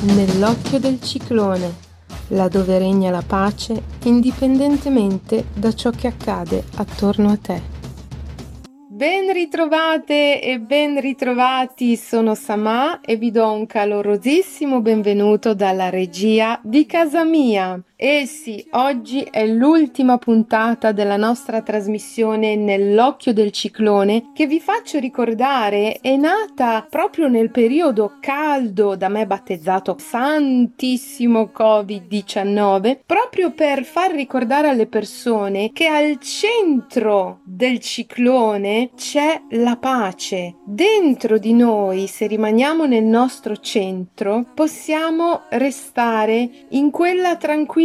Nell'occhio del ciclone, laddove regna la pace indipendentemente da ciò che accade attorno a te. Ben ritrovate e ben ritrovati, sono Samà e vi do un calorosissimo benvenuto dalla regia di casa mia. E sì, oggi è l'ultima puntata della nostra trasmissione Nell'occhio del ciclone, che vi faccio ricordare è nata proprio nel periodo caldo, da me battezzato Santissimo Covid-19, proprio per far ricordare alle persone che al centro del ciclone c'è la pace. Dentro di noi, se rimaniamo nel nostro centro, possiamo restare in quella tranquillità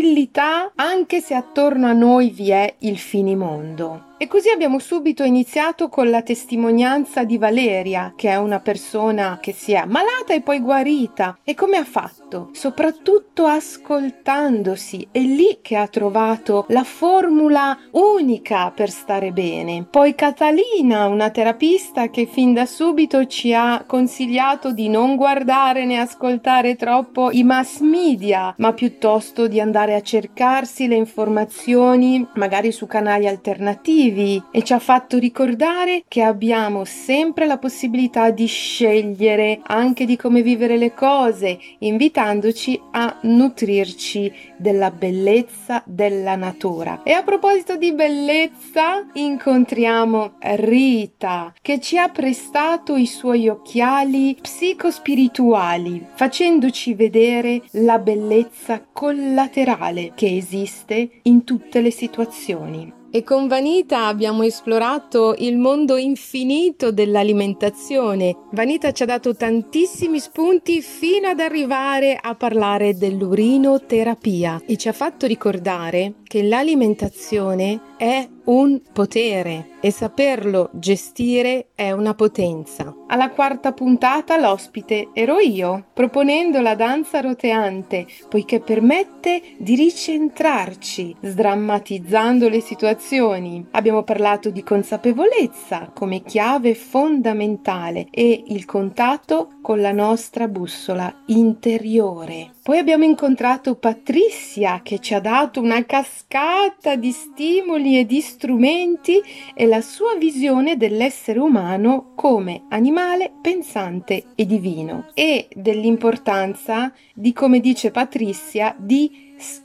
anche se attorno a noi vi è il finimondo. E così abbiamo subito iniziato con la testimonianza di Valeria, che è una persona che si è ammalata e poi guarita. E come ha fatto? Soprattutto ascoltandosi. È lì che ha trovato la formula unica per stare bene. Poi Catalina, una terapista che fin da subito ci ha consigliato di non guardare né ascoltare troppo i mass media, ma piuttosto di andare a cercarsi le informazioni magari su canali alternativi, e ci ha fatto ricordare che abbiamo sempre la possibilità di scegliere anche di come vivere le cose, invitandoci a nutrirci della bellezza della natura. E a proposito di bellezza, incontriamo Rita, che ci ha prestato i suoi occhiali psicospirituali, facendoci vedere la bellezza collaterale che esiste in tutte le situazioni. E con Vanita abbiamo esplorato il mondo infinito dell'alimentazione. Vanita ci ha dato tantissimi spunti fino ad arrivare a parlare dell'urinoterapia e ci ha fatto ricordare che l'alimentazione è un potere e saperlo gestire è una potenza. Alla quarta puntata l'ospite ero io, proponendo la danza roteante, poiché permette di ricentrarci, sdrammatizzando le situazioni. Abbiamo parlato di consapevolezza come chiave fondamentale e il contatto con la nostra bussola interiore. Poi abbiamo incontrato Patrizia, che ci ha dato una cascata di stimoli e di strumenti e la sua visione dell'essere umano come animale pensante e divino, e dell'importanza di, come dice Patrizia, di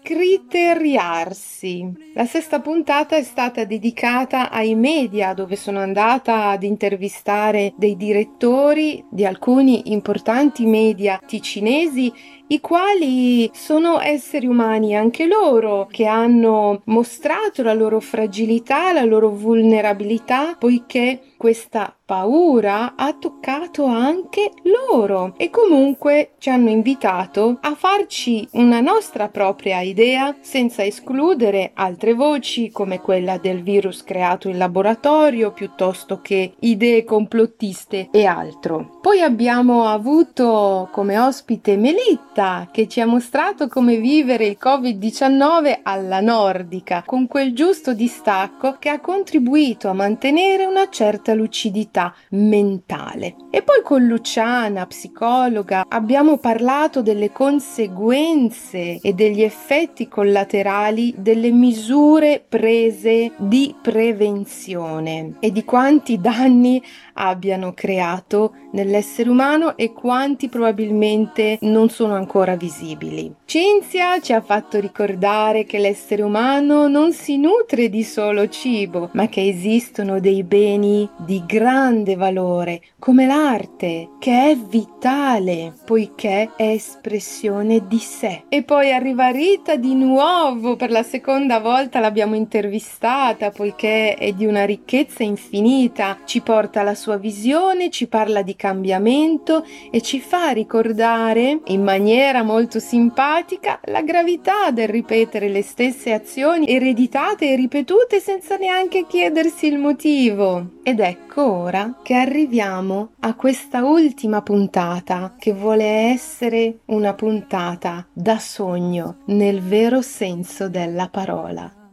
scriteriarsi. La sesta puntata è stata dedicata ai media, dove sono andata ad intervistare dei direttori di alcuni importanti media ticinesi, i quali sono esseri umani anche loro, che hanno mostrato la loro fragilità, la loro vulnerabilità, poiché questa paura ha toccato anche loro, e comunque ci hanno invitato a farci una nostra propria idea senza escludere altre voci come quella del virus creato in laboratorio, piuttosto che idee complottiste e altro. Poi abbiamo avuto come ospite Melitta, che ci ha mostrato come vivere il Covid-19 alla nordica, con quel giusto distacco che ha contribuito a mantenere una certa lucidità mentale. E poi con Luciana, psicologa, abbiamo parlato delle conseguenze e degli effetti collaterali delle misure prese di prevenzione e di quanti danni abbiano creato nell'essere umano e quanti probabilmente non sono ancora visibili. Cinzia ci ha fatto ricordare che l'essere umano non si nutre di solo cibo, ma che esistono dei beni di grande valore, come l'arte, che è vitale, poiché è espressione di sé. E poi arriva Rita di nuovo, per la seconda volta l'abbiamo intervistata, poiché è di una ricchezza infinita, ci porta la sua visione, ci parla di cambiamento e ci fa ricordare in maniera molto simpatica la gravità del ripetere le stesse azioni ereditate e ripetute senza neanche chiedersi il motivo. Ed ecco ora che arriviamo a questa ultima puntata, che vuole essere una puntata da sogno nel vero senso della parola.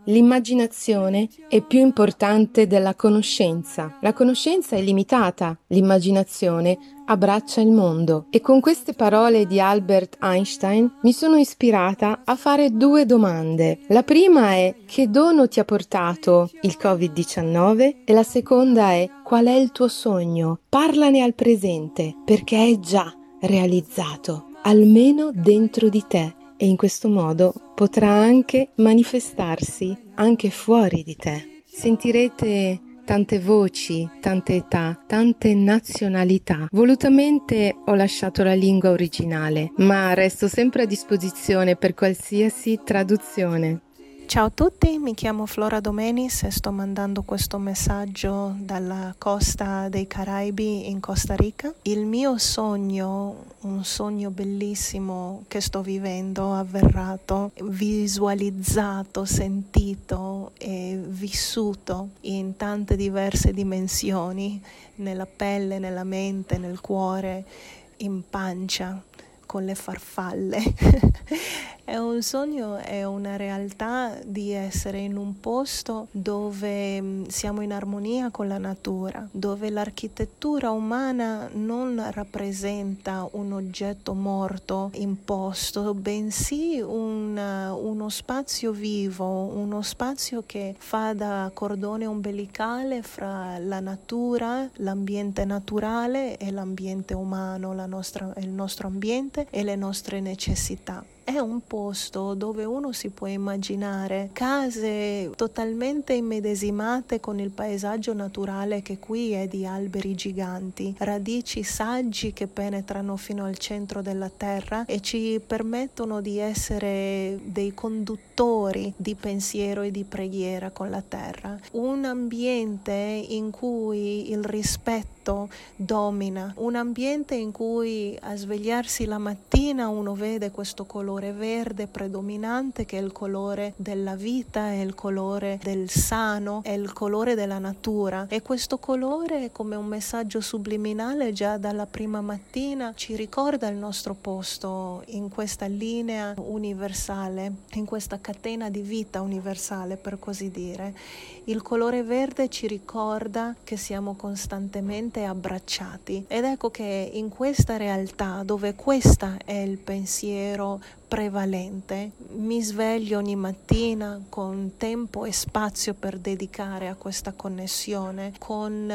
L'immaginazione è più importante della conoscenza. La conoscenza è limitata, l'immaginazione abbraccia il mondo. E con queste parole di Albert Einstein mi sono ispirata a fare 2 domande. La prima è: che dono ti ha portato il Covid-19? E la seconda è: qual è il tuo sogno? Parlane al presente, perché è già realizzato, almeno dentro di te. E in questo modo potrà anche manifestarsi anche fuori di te. Sentirete tante voci, tante età, tante nazionalità. Volutamente ho lasciato la lingua originale, ma resto sempre a disposizione per qualsiasi traduzione. Ciao a tutti, mi chiamo Flora Domenis e sto mandando questo messaggio dalla costa dei Caraibi in Costa Rica. Il mio sogno, un sogno bellissimo che sto vivendo, avverato, visualizzato, sentito e vissuto in tante diverse dimensioni, nella pelle, nella mente, nel cuore, in pancia, con le farfalle. È un sogno, è una realtà di essere in un posto dove siamo in armonia con la natura, dove l'architettura umana non rappresenta un oggetto morto imposto, bensì uno spazio vivo, uno spazio che fa da cordone ombelicale fra la natura, l'ambiente naturale e l'ambiente umano, il nostro ambiente e le nostre necessità. È un posto dove uno si può immaginare case totalmente immedesimate con il paesaggio naturale che qui è di alberi giganti, radici saggi che penetrano fino al centro della terra e ci permettono di essere dei conduttori di pensiero e di preghiera con la terra. Un ambiente in cui il rispetto domina, un ambiente in cui a svegliarsi la mattina uno vede questo colore verde predominante che è il colore della vita, è il colore del sano, è il colore della natura, e questo colore, come un messaggio subliminale, già dalla prima mattina ci ricorda il nostro posto in questa linea universale, in questa catena di vita universale, per così dire. Il colore verde ci ricorda che siamo costantemente abbracciati, ed ecco che in questa realtà dove questa è il pensiero prevalente, mi sveglio ogni mattina con tempo e spazio per dedicare a questa connessione, con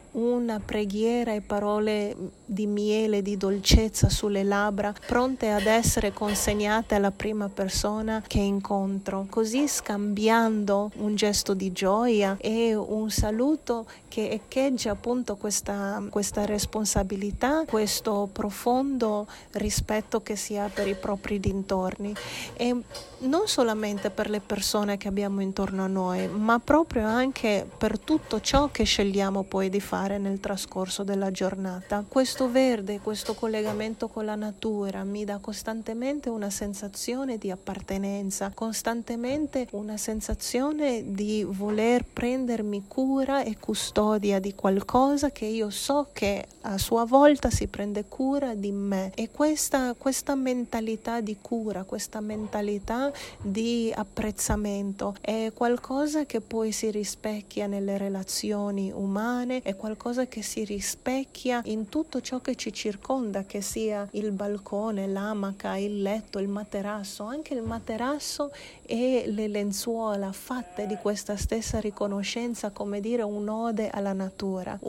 una preghiera e parole di miele, di dolcezza sulle labbra, pronte ad essere consegnate alla prima persona che incontro, così scambiando un gesto di gioia e un saluto che echeggia appunto questa responsabilità, questo profondo rispetto che si ha per i propri dintorni, e non solamente per le persone che abbiamo intorno a noi, ma proprio anche per tutto ciò che scegliamo poi di fare nel trascorso della giornata. Questo verde, questo collegamento con la natura mi dà costantemente una sensazione di appartenenza, costantemente una sensazione di voler prendermi cura e custodia di qualcosa che io so che a sua volta si prende cura di me, e questa mentalità di cura, questa mentalità di apprezzamento è qualcosa che poi si rispecchia nelle relazioni umane, è qualcosa che si rispecchia in tutto ciò che ci circonda, che sia il balcone, l'amaca, il letto, il materasso, anche il materasso e le lenzuola fatte di questa stessa riconoscenza, come dire un'ode alla natura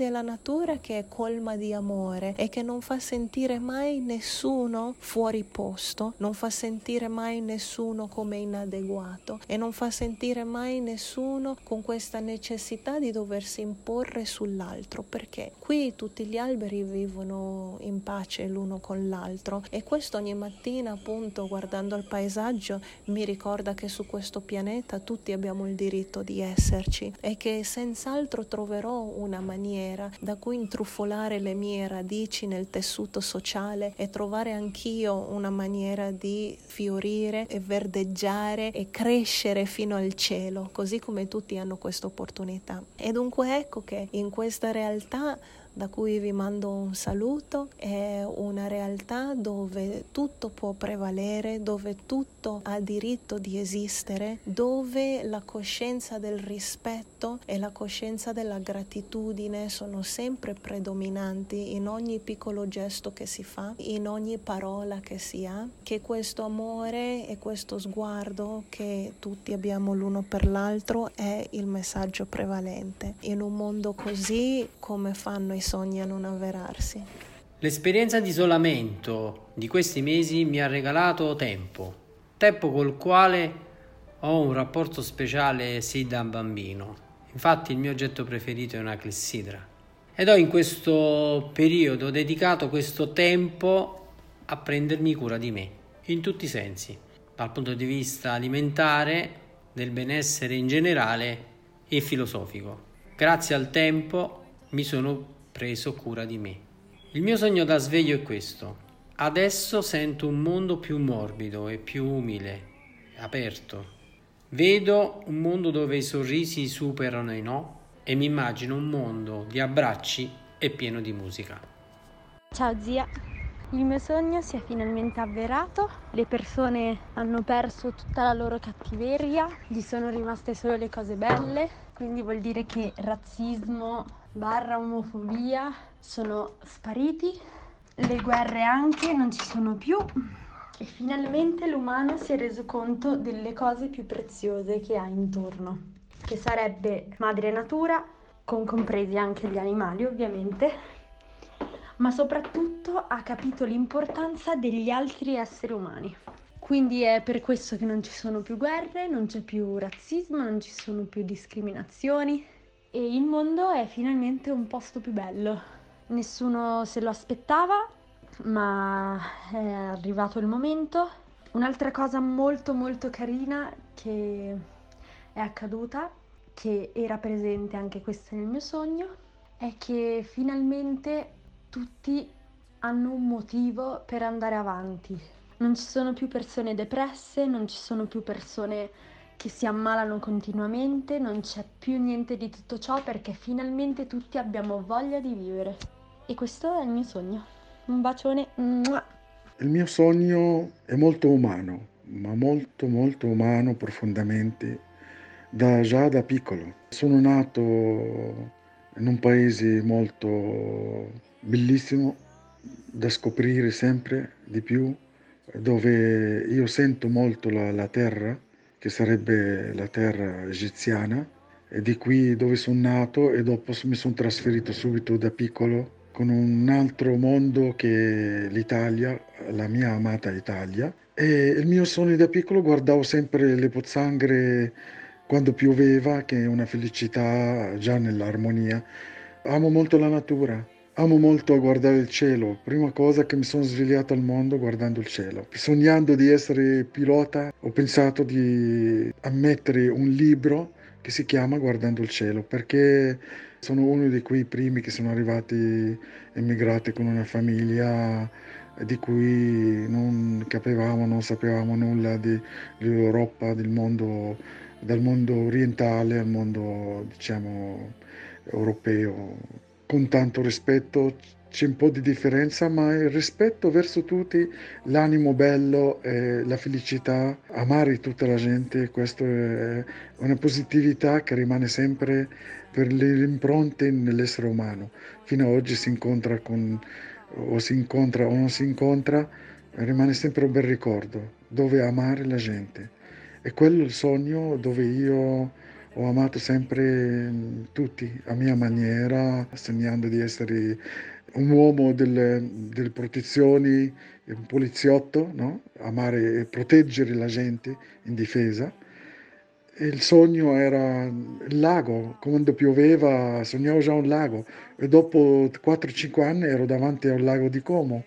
che è colma di amore e che non fa sentire mai nessuno fuori posto, non fa sentire mai nessuno come inadeguato e non fa sentire mai nessuno con questa necessità di doversi imporre sull'altro, perché qui tutti gli alberi vivono in pace l'uno con l'altro, e questo ogni mattina appunto guardando al paesaggio mi ricorda che su questo pianeta tutti abbiamo il diritto di esserci e che senz'altro troverò una maniera da cui intrufolare le mie radici nel tessuto sociale e trovare anch'io una maniera di fiorire e verdeggiare e crescere fino al cielo, così come tutti hanno questa opportunità. E dunque ecco che in questa realtà da cui vi mando un saluto. È una realtà dove tutto può prevalere, dove tutto ha diritto di esistere, dove la coscienza del rispetto e la coscienza della gratitudine sono sempre predominanti in ogni piccolo gesto che si fa, in ogni parola che si ha, che questo amore e questo sguardo che tutti abbiamo l'uno per l'altro è il messaggio prevalente. In un mondo così, come fanno i sogni a non avverarsi? L'esperienza di isolamento di questi mesi mi ha regalato tempo col quale ho un rapporto speciale sin da bambino. Infatti il mio oggetto preferito è una clessidra. Ed ho in questo periodo dedicato questo tempo a prendermi cura di me, in tutti i sensi, dal punto di vista alimentare, del benessere in generale e filosofico. Grazie al tempo mi sono preso cura di me. Il mio sogno da sveglio è questo. Adesso sento un mondo più morbido e più umile, aperto. Vedo un mondo dove i sorrisi superano i no e mi immagino un mondo di abbracci e pieno di musica. Ciao zia, il mio sogno si è finalmente avverato, le persone hanno perso tutta la loro cattiveria, gli sono rimaste solo le cose belle, quindi vuol dire che razzismo / omofobia sono spariti, le guerre anche non ci sono più e finalmente l'umano si è reso conto delle cose più preziose che ha intorno, che sarebbe madre natura, con compresi anche gli animali ovviamente, ma soprattutto ha capito l'importanza degli altri esseri umani. Quindi è per questo che non ci sono più guerre, non c'è più razzismo, non ci sono più discriminazioni e il mondo è finalmente un posto più bello. Nessuno se lo aspettava, ma è arrivato il momento. Un'altra cosa molto molto carina che è accaduta, che era presente anche questa nel mio sogno, è che finalmente tutti hanno un motivo per andare avanti. Non ci sono più persone depresse, non ci sono più persone che si ammalano continuamente, non c'è più niente di tutto ciò perché finalmente tutti abbiamo voglia di vivere. E questo è il mio sogno. Un bacione. Mua. Il mio sogno è molto umano, ma molto molto umano profondamente, già da piccolo. Sono nato in un paese molto bellissimo, da scoprire sempre di più, dove io sento molto la terra, che sarebbe la terra egiziana, e di qui dove sono nato e dopo mi sono trasferito subito da piccolo con un altro mondo che l'Italia, la mia amata Italia. E il mio sogno da piccolo guardavo sempre le pozzanghere quando pioveva, che è una felicità già nell'armonia. Amo molto la natura. Amo molto guardare il cielo. Prima cosa che mi sono svegliato al mondo guardando il cielo. Sognando di essere pilota, ho pensato di ammettere un libro che si chiama Guardando il cielo, perché sono uno di quei primi che sono arrivati emigrati con una famiglia di cui non capivamo, non sapevamo nulla dell'Europa, dal mondo orientale al mondo, diciamo, europeo. Con tanto rispetto, c'è un po' di differenza, ma il rispetto verso tutti, l'animo bello, la felicità, amare tutta la gente, questo è una positività che rimane sempre per le impronte nell'essere umano. Fino ad oggi si incontra o si incontra o non si incontra, rimane sempre un bel ricordo, dove amare la gente. E quello è il sogno dove io ho amato sempre tutti, a mia maniera, sognando di essere un uomo delle protezioni, un poliziotto, no? Amare e proteggere la gente in difesa. E il sogno era il lago, quando pioveva sognavo già un lago e dopo 4-5 anni ero davanti al lago di Como.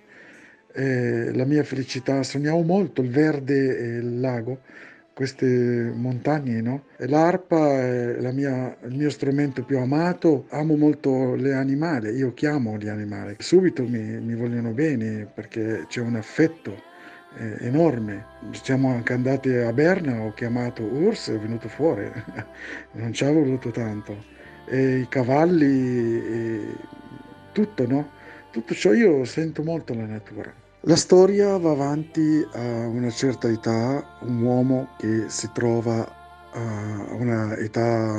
E la mia felicità, sognavo molto il verde e il lago, queste montagne, no? E l'arpa è il mio strumento più amato. Amo molto gli animali, io chiamo gli animali. Subito mi vogliono bene perché c'è un affetto enorme. Siamo anche andati a Berna, ho chiamato Urs, è venuto fuori, non ci ha voluto tanto. E i cavalli tutto, no? Tutto ciò io sento molto la natura. La storia va avanti a una certa età, un uomo che si trova a una età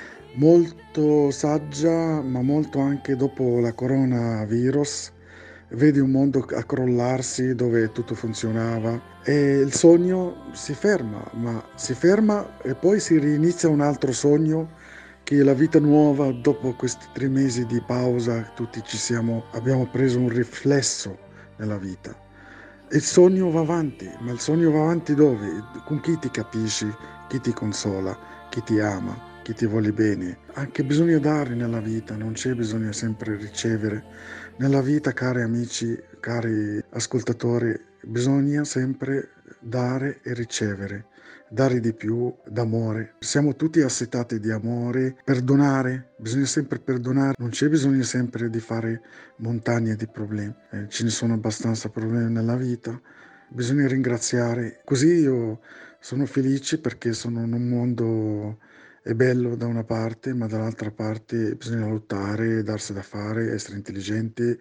molto saggia, ma molto anche dopo la coronavirus, vedi un mondo a crollarsi dove tutto funzionava e il sogno si ferma, ma si ferma e poi si rinizia un altro sogno che è la vita nuova dopo questi 3 mesi di pausa, tutti abbiamo preso un riflesso nella vita. E il sogno va avanti, ma il sogno va avanti dove? Con chi ti capisci, chi ti consola, chi ti ama, chi ti vuole bene. Anche bisogna dare nella vita, non c'è bisogno sempre ricevere. Nella vita, cari amici, cari ascoltatori, bisogna sempre dare e ricevere. Dare di più d'amore. Siamo tutti assetati di amore, perdonare, bisogna sempre perdonare, non c'è bisogno sempre di fare montagne di problemi, ce ne sono abbastanza problemi nella vita, bisogna ringraziare, così io sono felice perché sono in un mondo è bello da una parte, ma dall'altra parte bisogna lottare, darsi da fare, essere intelligenti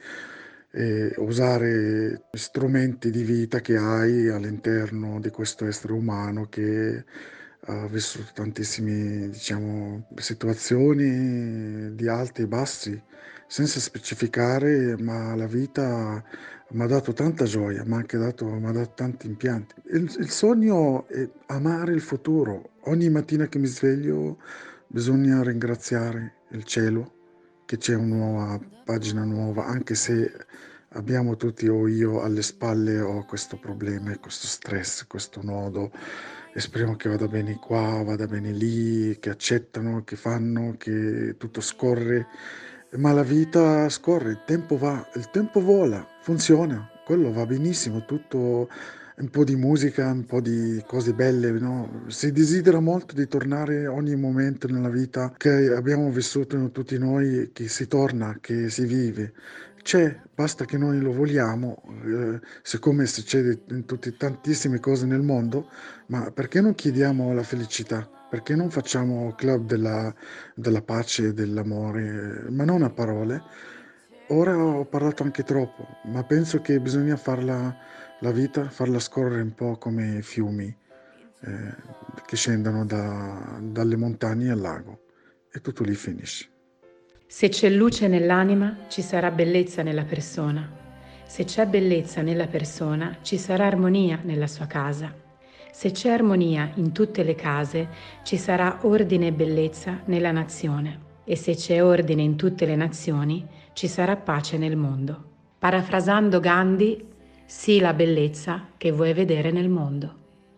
e usare strumenti di vita che hai all'interno di questo essere umano che ha vissuto tantissime, diciamo, situazioni di alti e bassi, senza specificare, ma la vita mi ha dato tanta gioia, mi ha dato tanti impianti. Il sogno è amare il futuro. Ogni mattina che mi sveglio bisogna ringraziare il cielo che c'è una nuova pagina nuova, anche se abbiamo tutti o io alle spalle ho questo problema, questo stress, questo nodo. E speriamo che vada bene qua, vada bene lì, che accettano, che fanno, che tutto scorre. Ma la vita scorre, il tempo va, il tempo vola, funziona, quello va benissimo, tutto un po' di musica, un po' di cose belle, no? Si desidera molto di tornare ogni momento nella vita che abbiamo vissuto tutti noi, che si torna, che si vive. C'è, basta che noi lo vogliamo, siccome succede in tantissime cose nel mondo, ma perché non chiediamo la felicità? Perché non facciamo club della pace e dell'amore, ma non a parole? Ora ho parlato anche troppo, ma penso che bisogna la vita, farla scorrere un po' come fiumi eh, che scendono dalle montagne al lago e tutto lì finisce. Se c'è luce nell'anima, ci sarà bellezza nella persona. Se c'è bellezza nella persona, ci sarà armonia nella sua casa. Se c'è armonia in tutte le case, ci sarà ordine e bellezza nella nazione. E se c'è ordine in tutte le nazioni, ci sarà pace nel mondo. Parafrasando Gandhi, sii la bellezza che vuoi vedere nel mondo.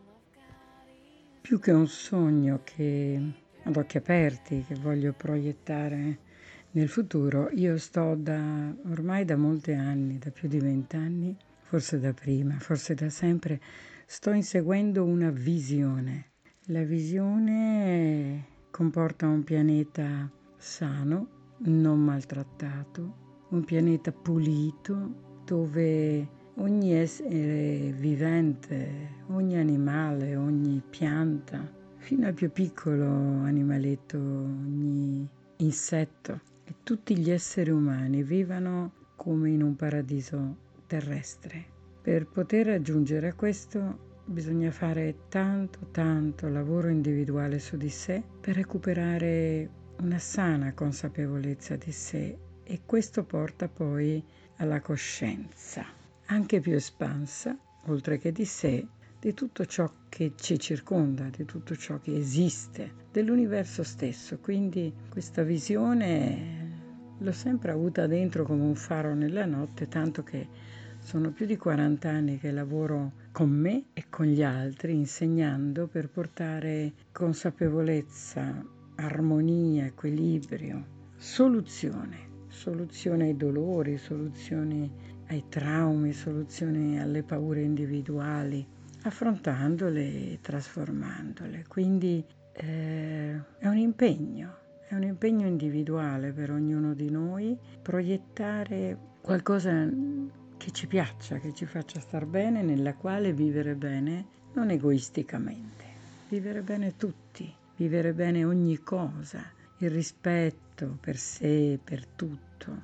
Più che un sogno che ad occhi aperti, che voglio proiettare nel futuro, io sto ormai da molti anni, da più di 20 anni, forse da prima, forse da sempre, sto inseguendo una visione. La visione comporta un pianeta sano, non maltrattato, un pianeta pulito, dove ogni essere vivente, ogni animale, ogni pianta, fino al più piccolo animaletto, ogni insetto e tutti gli esseri umani vivano come in un paradiso terrestre. Per poter raggiungere questo bisogna fare tanto lavoro individuale su di sé per recuperare una sana consapevolezza di sé e questo porta poi alla coscienza, anche più espansa, oltre che di sé, di tutto ciò che ci circonda, di tutto ciò che esiste, dell'universo stesso. Quindi questa visione l'ho sempre avuta dentro come un faro nella notte, tanto che sono più di 40 anni che lavoro con me e con gli altri, insegnando per portare consapevolezza, armonia, equilibrio, soluzione ai dolori, soluzioni ai traumi, soluzioni alle paure individuali, affrontandole e trasformandole. Quindi è un impegno individuale per ognuno di noi, proiettare qualcosa che ci piaccia, che ci faccia star bene, nella quale vivere bene, non egoisticamente, vivere bene tutti, vivere bene ogni cosa, il rispetto per sé, per tutto,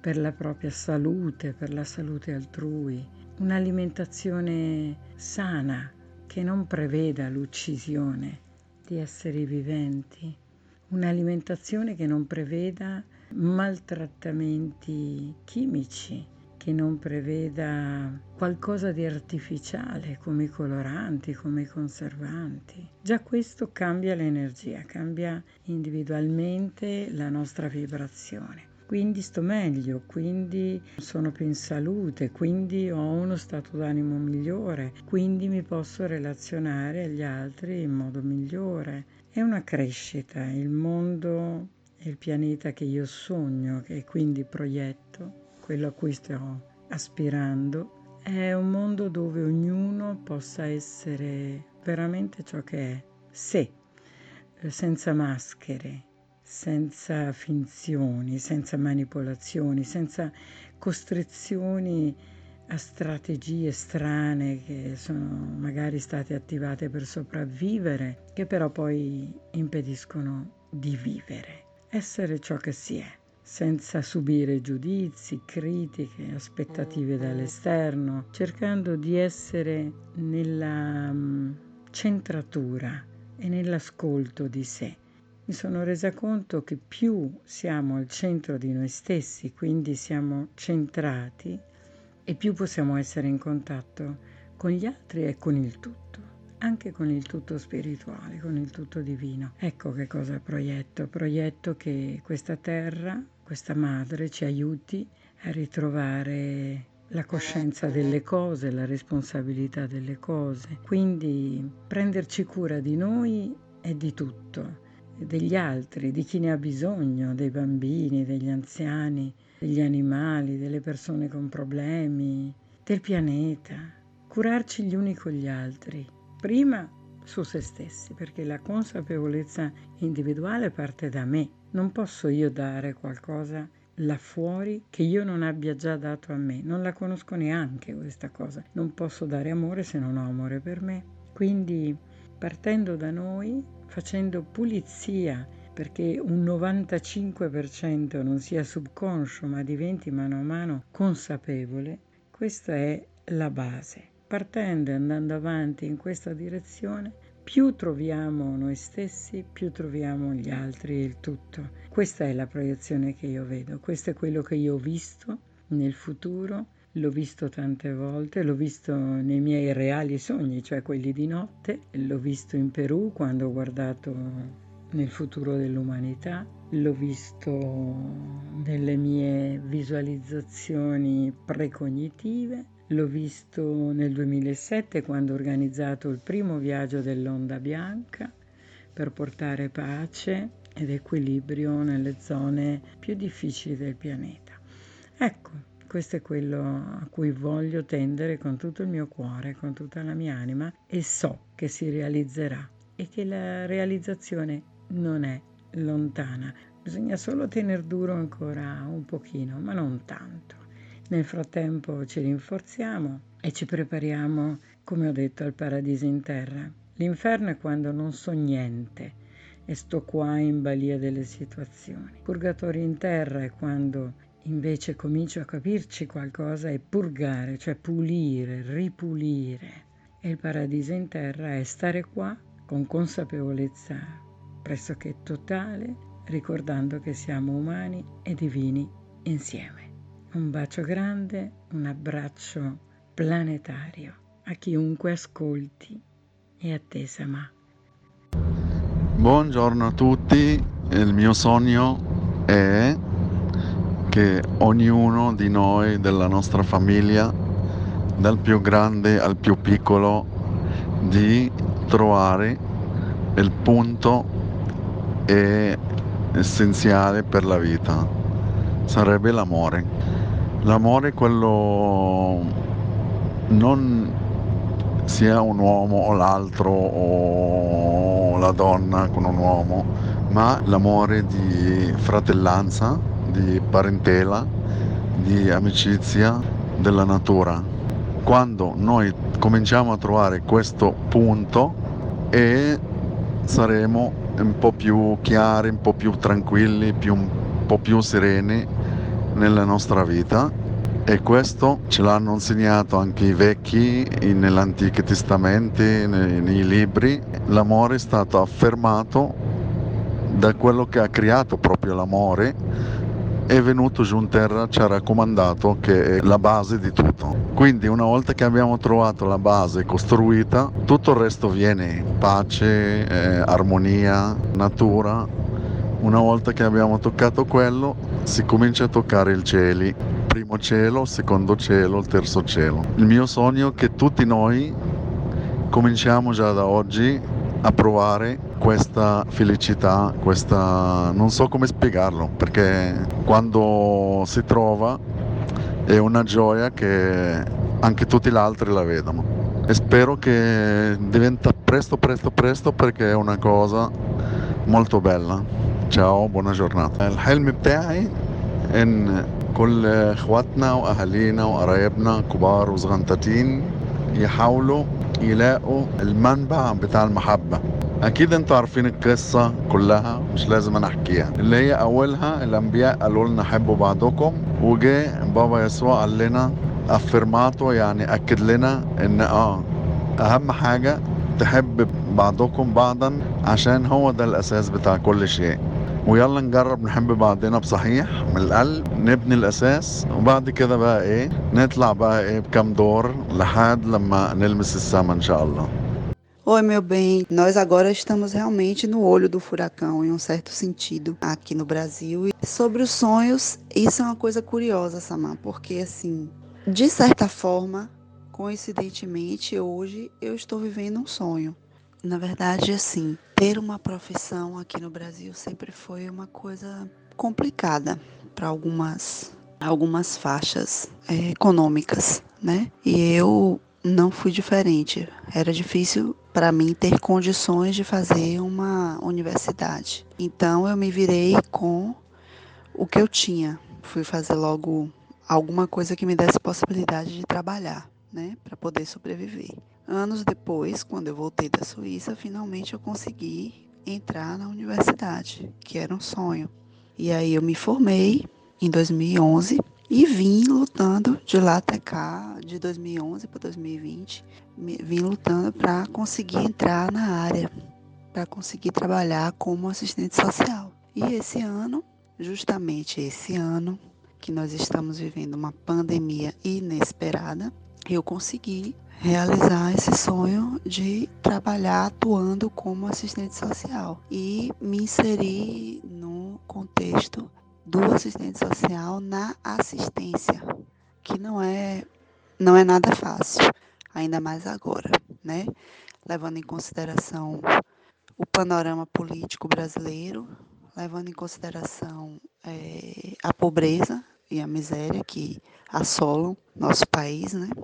per la propria salute, per la salute altrui, un'alimentazione sana che non preveda l'uccisione di esseri viventi, un'alimentazione che non preveda maltrattamenti chimici, che non preveda qualcosa di artificiale come i coloranti, come i conservanti. Già questo cambia l'energia, cambia individualmente la nostra vibrazione. Quindi sto meglio, quindi sono più in salute, quindi ho uno stato d'animo migliore, quindi mi posso relazionare agli altri in modo migliore. È una crescita, il mondo e il pianeta che io sogno e quindi proietto, quello a cui sto aspirando, è un mondo dove ognuno possa essere veramente ciò che è, sé, senza maschere, senza finzioni, senza manipolazioni, senza costrizioni a strategie strane che sono magari state attivate per sopravvivere, che però poi impediscono di vivere. Essere ciò che si è, senza subire giudizi, critiche, aspettative dall'esterno, cercando di essere nella centratura e nell'ascolto di sé. Mi sono resa conto che più siamo al centro di noi stessi, quindi siamo centrati, e più possiamo essere in contatto con gli altri e con il tutto, anche con il tutto spirituale, con il tutto divino. Ecco che cosa proietto. Proietto che questa terra, questa madre, ci aiuti a ritrovare la coscienza delle cose, la responsabilità delle cose. Quindi prenderci cura di noi e di tutto, degli altri, di chi ne ha bisogno, dei bambini, degli anziani, degli animali, delle persone con problemi, del pianeta. Curarci gli uni con gli altri. Prima su se stessi, perché la consapevolezza individuale parte da me. Non posso io dare qualcosa là fuori che io non abbia già dato a me. Non la conosco neanche questa cosa. Non posso dare amore se non ho amore per me. Quindi partendo da noi, facendo pulizia, perché un 95% non sia subconscio ma diventi mano a mano consapevole, questa è la base. Partendo e andando avanti in questa direzione, più troviamo noi stessi, più troviamo gli altri e il tutto. Questa è la proiezione che io vedo, questo è quello che io ho visto nel futuro, l'ho visto tante volte, l'ho visto nei miei reali sogni, cioè quelli di notte, l'ho visto in Perù quando ho guardato nel futuro dell'umanità, l'ho visto nelle mie visualizzazioni precognitive, l'ho visto nel 2007 quando ho organizzato il primo viaggio dell'Onda Bianca per portare pace ed equilibrio nelle zone più difficili del pianeta. Ecco, questo è quello a cui voglio tendere con tutto il mio cuore, con tutta la mia anima, e so che si realizzerà e che la realizzazione non è lontana. Bisogna solo tener duro ancora un pochino, ma non tanto. Nel frattempo ci rinforziamo e ci prepariamo, come ho detto, al paradiso in terra. L'inferno è quando non so niente e sto qua in balia delle situazioni. Purgatorio in terra è quando invece comincio a capirci qualcosa e purgare, cioè pulire, ripulire. E il paradiso in terra è stare qua con consapevolezza pressoché totale, ricordando che siamo umani e divini insieme. Un bacio grande, un abbraccio planetario a chiunque ascolti e a te, Sama. Buongiorno a tutti, il mio sogno è che ognuno di noi, della nostra famiglia, dal più grande al più piccolo, di trovare il punto essenziale per la vita. Sarebbe l'amore. L'amore è quello, non sia un uomo o l'altro o la donna con un uomo, ma l'amore di fratellanza, di parentela, di amicizia, della natura. Quando noi cominciamo a trovare questo punto e saremo un po' più chiari, un po' più tranquilli, un po' più sereni nella nostra vita e questo ce l'hanno insegnato anche i vecchi nell'Antico Testamento, nei libri. L'amore è stato affermato da quello che ha creato proprio l'amore, è venuto giù in terra, ci ha raccomandato che è la base di tutto. Quindi una volta che abbiamo trovato la base costruita, tutto il resto viene, pace, armonia, natura. Una volta che abbiamo toccato quello, si comincia a toccare il cielo, primo cielo, secondo cielo, il terzo cielo. Il mio sogno è che tutti noi cominciamo già da oggi a provare questa felicità, non so come spiegarlo, perché quando si trova è una gioia che anche tutti gli altri la vedono. E spero che diventa presto perché è una cosa molto bella. ciao buona giornata. الحلم بتاعي ان كل اخواتنا واهالينا وقرايبنا كبار وصغنطاطين يحاولوا يلاقوا المنبع بتاع المحبة. اكيد انتوا عارفين القصة كلها، مش لازم انا احكيها، اللي هي اولها الانبياء قالوا لنا حبوا بعضكم، وجاء بابا يسوع قال لنا افرماته، يعني اكد لنا ان اهم حاجة تحب بعضكم بعضا عشان هو ده الاساس بتاع كل شيء. ويلا نجرب نحب بعضنا بصحيح من القلب، نبني الاساس وبعد كده بقى نطلع بقى بكام دور لحد لما نلمس السما ان شاء الله. Oi, meu bem. Nós agora estamos realmente no olho do furacão, em um certo sentido, aqui no Brasil. E sobre os sonhos, isso é uma coisa curiosa, Samar, porque, assim, de certa forma, coincidentemente, hoje eu estou vivendo um sonho. Na verdade, assim, ter uma profissão aqui no Brasil sempre foi uma coisa complicada para algumas faixas econômicas, né? E eu não fui diferente. Era difícil para mim ter condições de fazer uma universidade. Então eu me virei com o que eu tinha. Fui fazer logo alguma coisa que me desse possibilidade de trabalhar, né, para poder sobreviver. Anos depois, quando eu voltei da Suíça, finalmente eu consegui entrar na universidade, que era um sonho. E aí eu me formei em 2011 e vim lutando de lá até cá, de 2011 para 2020, vim lutando para conseguir entrar na área, para conseguir trabalhar como assistente social. E esse ano, justamente esse ano, que nós estamos vivendo uma pandemia inesperada, eu consegui realizar esse sonho de trabalhar atuando como assistente social e me inserir no contexto do assistente social na assistência, que não é nada fácil, ainda mais agora, né? Levando em consideração o panorama político brasileiro, levando em consideração a pobreza e a miséria que assolam nosso país, né?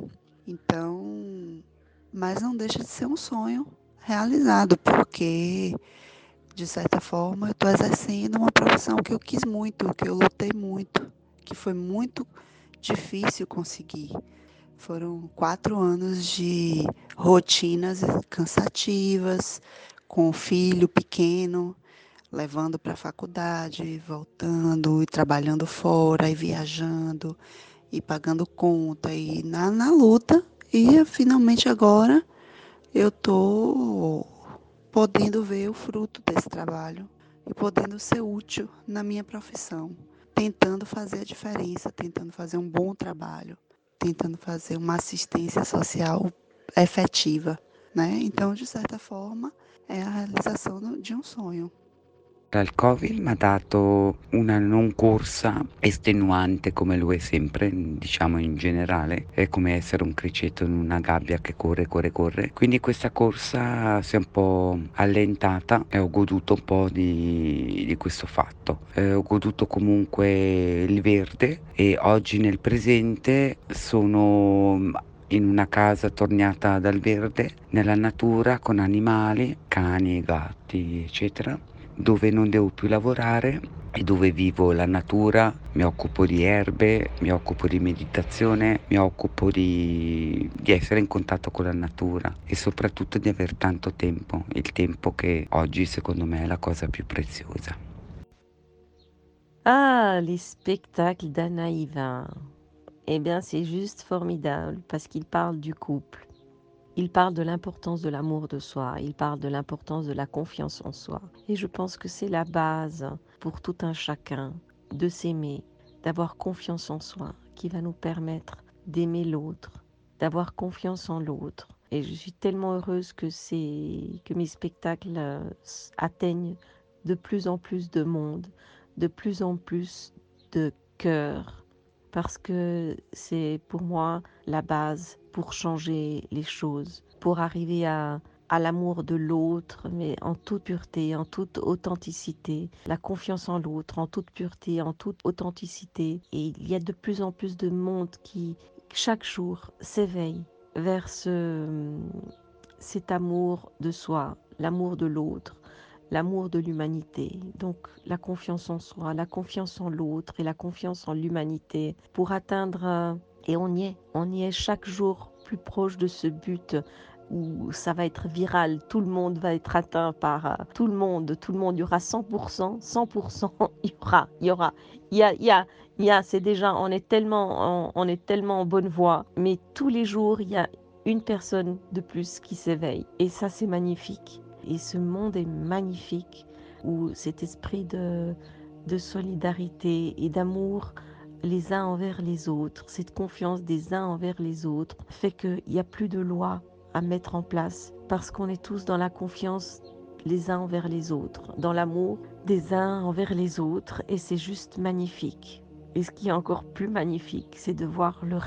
Então, mas não deixa de ser um sonho realizado, porque, de certa forma, eu estou exercendo uma profissão que eu quis muito, que eu lutei muito, que foi muito difícil conseguir. Foram 4 anos de rotinas cansativas, com o filho pequeno, levando para a faculdade, voltando e trabalhando fora e viajando e pagando conta e na luta. E finalmente agora eu estou podendo ver o fruto desse trabalho e podendo ser útil na minha profissão, tentando fazer a diferença, tentando fazer um bom trabalho, tentando fazer uma assistência social efetiva, né? Então, de certa forma, é a realização de um sonho. Il Covid mi ha dato una non corsa estenuante come lo è sempre, diciamo in generale, è come essere un criceto in una gabbia che corre. Quindi questa corsa si è un po' allentata e ho goduto un po' di questo fatto. Ho goduto comunque il verde e oggi nel presente sono in una casa attorniata dal verde, nella natura, con animali, cani, gatti, eccetera, dove non devo più lavorare e dove vivo la natura, mi occupo di erbe, mi occupo di meditazione, mi occupo di essere in contatto con la natura e soprattutto di avere tanto tempo, il tempo che oggi secondo me è la cosa più preziosa. Ah, les spectacles d'Anaïva. Eh bien, c'est juste formidable parce qu'il parle du couple. Il parle de l'importance de l'amour de soi, il parle de l'importance de la confiance en soi. Et je pense que c'est la base pour tout un chacun de s'aimer, d'avoir confiance en soi, qui va nous permettre d'aimer l'autre, d'avoir confiance en l'autre. Et je suis tellement heureuse que mes spectacles atteignent de plus en plus de monde, de plus en plus de cœurs, parce que c'est pour moi la base pour changer les choses, pour arriver à l'amour de l'autre, mais en toute pureté, en toute authenticité, la confiance en l'autre, en toute pureté, en toute authenticité. Et il y a de plus en plus de monde qui, chaque jour, s'éveille vers cet amour de soi, l'amour de l'autre, l'amour de l'humanité. Donc la confiance en soi, la confiance en l'autre et la confiance en l'humanité pour atteindre, et on y est chaque jour plus proche de ce but où ça va être viral, tout le monde va être atteint par tout le monde, il y aura 100%, 100%, il y a, c'est déjà, on est tellement en bonne voie, mais tous les jours, il y a une personne de plus qui s'éveille. Et ça, c'est magnifique. Et ce monde est magnifique où cet esprit de solidarité et d'amour les uns envers les autres, cette confiance des uns envers les autres fait qu'il n'y a plus de loi à mettre en place parce qu'on est tous dans la confiance les uns envers les autres, dans l'amour des uns envers les autres et c'est juste magnifique. Et ce qui est encore plus magnifique, c'est de voir le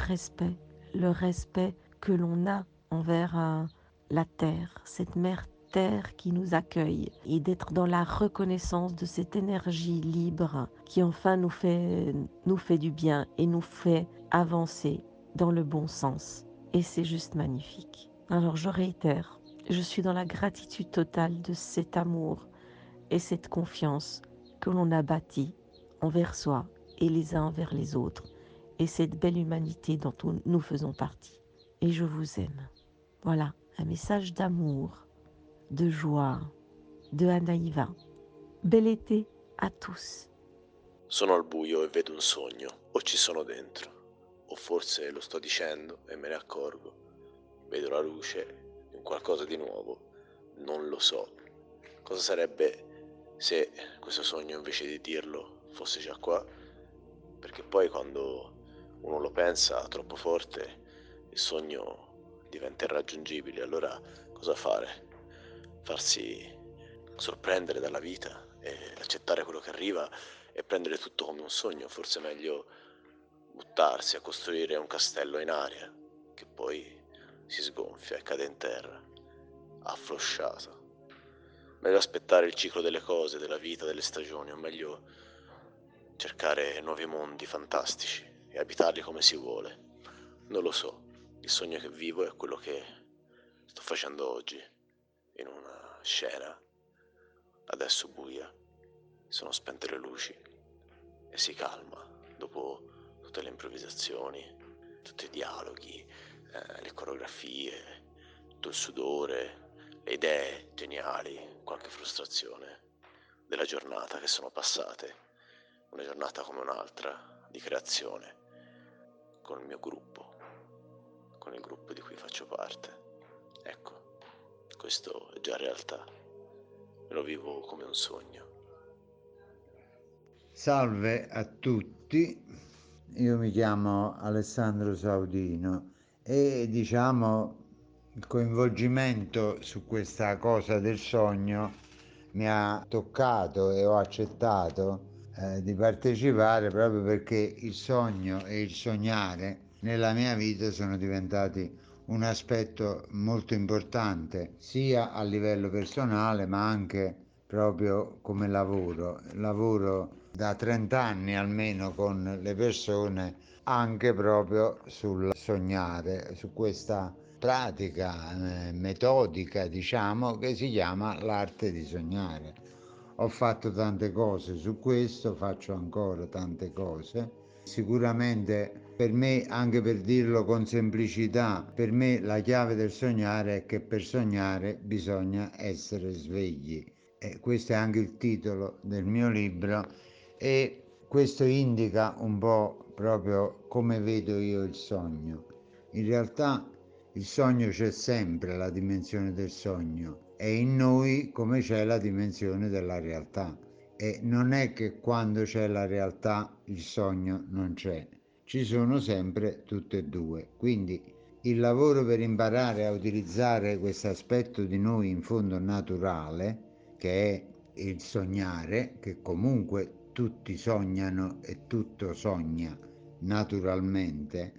respect que l'on a envers la terre, cette mère terre qui nous accueille et d'être dans la reconnaissance de cette énergie libre qui enfin nous fait du bien et nous fait avancer dans le bon sens. Et c'est juste magnifique. Alors je réitère, je suis dans la gratitude totale de cet amour et cette confiance que l'on a bâtie envers soi et les uns envers les autres et cette belle humanité dont nous faisons partie. Et je vous aime. Voilà, un message d'amour, de joie, de Anaïva. Bel été à tous. Sono al buio e vedo un sogno, o ci sono dentro, o forse lo sto dicendo e me ne accorgo. Vedo la luce di un qualcosa di nuovo, non lo so. Cosa sarebbe se questo sogno invece di dirlo fosse già qua? Perché poi quando uno lo pensa troppo forte, il sogno diventa irraggiungibile, allora cosa fare? Farsi sorprendere dalla vita e accettare quello che arriva e prendere tutto come un sogno, forse è meglio buttarsi a costruire un castello in aria che poi si sgonfia e cade in terra, afflosciata. Meglio aspettare il ciclo delle cose, della vita, delle stagioni, o meglio cercare nuovi mondi fantastici e abitarli come si vuole. Non lo so, il sogno che vivo è quello che sto facendo oggi, in una scena adesso buia, sono spente le luci e si calma dopo tutte le improvvisazioni, tutti i dialoghi, le coreografie, tutto il sudore, le idee geniali, qualche frustrazione della giornata che sono passate, una giornata come un'altra di creazione con il mio gruppo, con il gruppo di cui faccio parte. Ecco, questo è già realtà, me lo vivo come un sogno. Salve a tutti, io mi chiamo Alessandro Saudino e diciamo il coinvolgimento su questa cosa del sogno mi ha toccato e ho accettato di partecipare proprio perché il sogno e il sognare nella mia vita sono diventati un aspetto molto importante sia a livello personale ma anche proprio come lavoro da 30 anni almeno con le persone anche proprio sul sognare, su questa pratica metodica diciamo che si chiama l'arte di sognare. Ho fatto tante cose su questo, faccio ancora tante cose. Sicuramente per me, anche per dirlo con semplicità, per me la chiave del sognare è che per sognare bisogna essere svegli. E questo è anche il titolo del mio libro e questo indica un po' proprio come vedo io il sogno. In realtà il sogno c'è sempre, la dimensione del sogno, e in noi come c'è la dimensione della realtà. E non è che quando c'è la realtà il sogno non c'è, ci sono sempre tutte e due. Quindi il lavoro per imparare a utilizzare questo aspetto di noi in fondo naturale, che è il sognare, che comunque tutti sognano e tutto sogna naturalmente,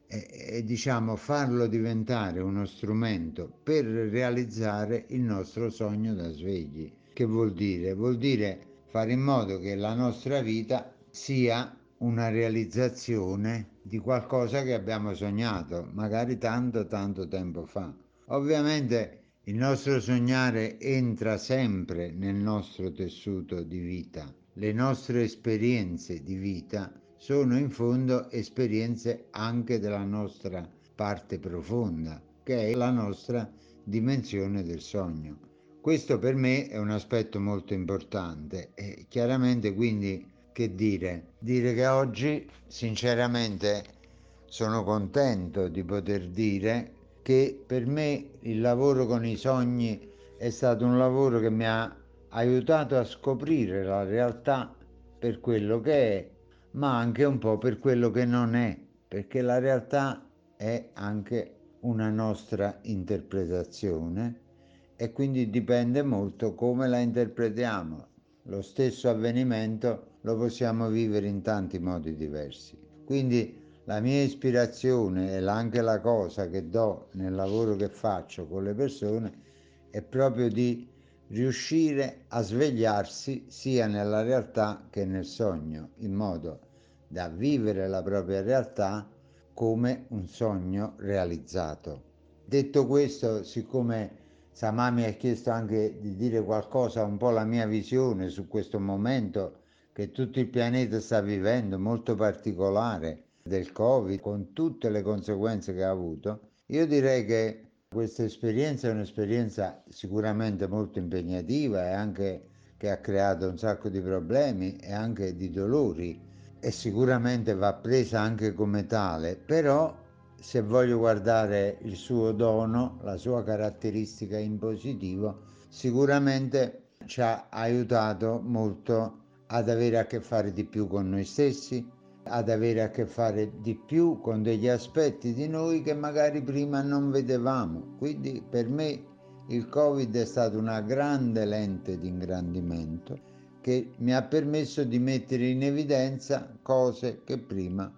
e diciamo farlo diventare uno strumento per realizzare il nostro sogno da svegli. Che vuol dire? Vuol dire fare in modo che la nostra vita sia una realizzazione di qualcosa che abbiamo sognato, magari tanto tanto tempo fa. Ovviamente il nostro sognare entra sempre nel nostro tessuto di vita. Le nostre esperienze di vita sono in fondo esperienze anche della nostra parte profonda, che è la nostra dimensione del sogno. Questo per me è un aspetto molto importante e chiaramente quindi che dire? Dire che oggi sinceramente sono contento di poter dire che per me il lavoro con i sogni è stato un lavoro che mi ha aiutato a scoprire la realtà per quello che è, ma anche un po' per quello che non è, perché la realtà è anche una nostra interpretazione e quindi dipende molto come la interpretiamo. Lo stesso avvenimento lo possiamo vivere in tanti modi diversi. Quindi la mia ispirazione e anche la cosa che do nel lavoro che faccio con le persone è proprio di riuscire a svegliarsi sia nella realtà che nel sogno, in modo da vivere la propria realtà come un sogno realizzato. Detto questo, siccome Samà mi ha chiesto anche di dire qualcosa, un po' la mia visione su questo momento che tutto il pianeta sta vivendo, molto particolare, del Covid, con tutte le conseguenze che ha avuto, io direi che questa esperienza è un'esperienza sicuramente molto impegnativa e anche che ha creato un sacco di problemi e anche di dolori e sicuramente va presa anche come tale, però se voglio guardare il suo dono, la sua caratteristica in positivo, sicuramente ci ha aiutato molto ad avere a che fare di più con noi stessi, ad avere a che fare di più con degli aspetti di noi che magari prima non vedevamo. Quindi per me il Covid è stata una grande lente di ingrandimento che mi ha permesso di mettere in evidenza cose che prima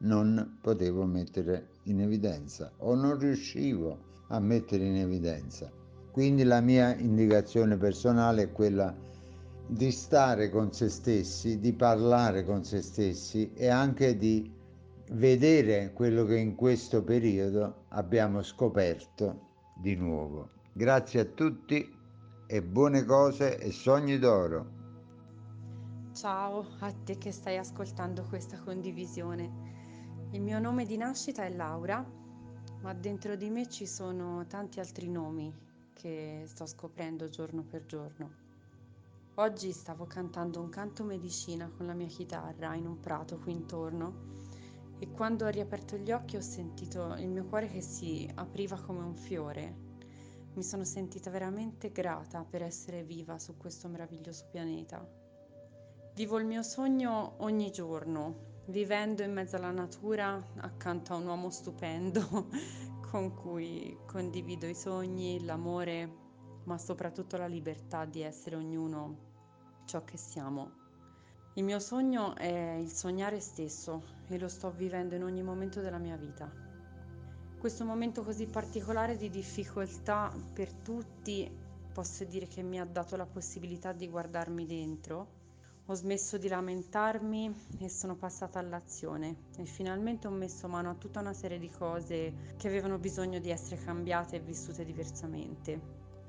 non potevo mettere in evidenza o non riuscivo a mettere in evidenza. Quindi la mia indicazione personale è quella di stare con se stessi, di parlare con se stessi e anche di vedere quello che in questo periodo abbiamo scoperto di nuovo. Grazie a tutti e buone cose e sogni d'oro. Ciao a te che stai ascoltando questa condivisione. Il mio nome di nascita è Laura, ma dentro di me ci sono tanti altri nomi che sto scoprendo giorno per giorno. Oggi stavo cantando un canto medicina con la mia chitarra in un prato qui intorno e quando ho riaperto gli occhi ho sentito il mio cuore che si apriva come un fiore. Mi sono sentita veramente grata per essere viva su questo meraviglioso pianeta. Vivo il mio sogno ogni giorno, vivendo in mezzo alla natura accanto a un uomo stupendo con cui condivido i sogni, l'amore, ma soprattutto la libertà di essere ognuno ciò che siamo. Il mio sogno è il sognare stesso e lo sto vivendo in ogni momento della mia vita. Questo momento così particolare di difficoltà per tutti, posso dire che mi ha dato la possibilità di guardarmi dentro. Ho smesso di lamentarmi e sono passata all'azione e finalmente ho messo mano a tutta una serie di cose che avevano bisogno di essere cambiate e vissute diversamente.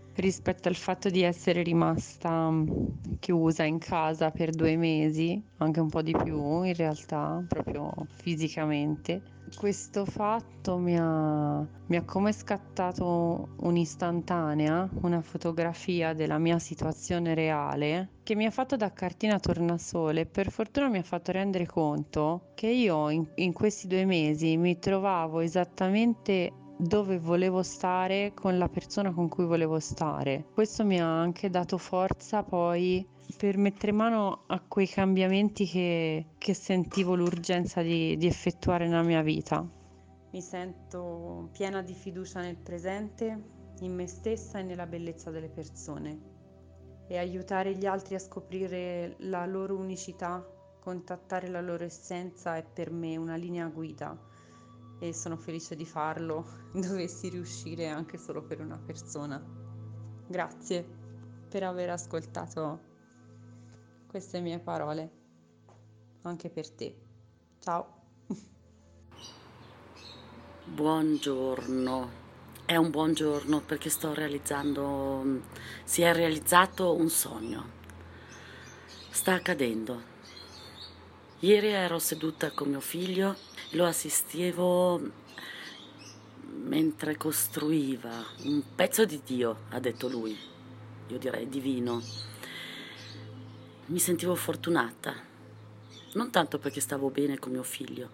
rispetto al fatto di essere rimasta chiusa in casa per 2 mesi, anche un po' di più in realtà, proprio fisicamente. Questo fatto mi ha come scattato un'istantanea, una fotografia della mia situazione reale che mi ha fatto da cartina tornasole. Per fortuna mi ha fatto rendere conto che io in questi 2 mesi mi trovavo esattamente dove volevo stare con la persona con cui volevo stare. Questo mi ha anche dato forza poi per mettere mano a quei cambiamenti che sentivo l'urgenza di effettuare nella mia vita. Mi sento piena di fiducia nel presente, in me stessa e nella bellezza delle persone. E aiutare gli altri a scoprire la loro unicità, contattare la loro essenza è per me una linea guida e sono felice di farlo, dovessi riuscire anche solo per una persona. Grazie per aver ascoltato queste mie parole, anche per te. Ciao. Buongiorno, è un buongiorno perché si è realizzato un sogno, sta accadendo. Ieri ero seduta con mio figlio, lo assistevo mentre costruiva un pezzo di Dio, ha detto lui, io direi divino. Mi sentivo fortunata, non tanto perché stavo bene con mio figlio,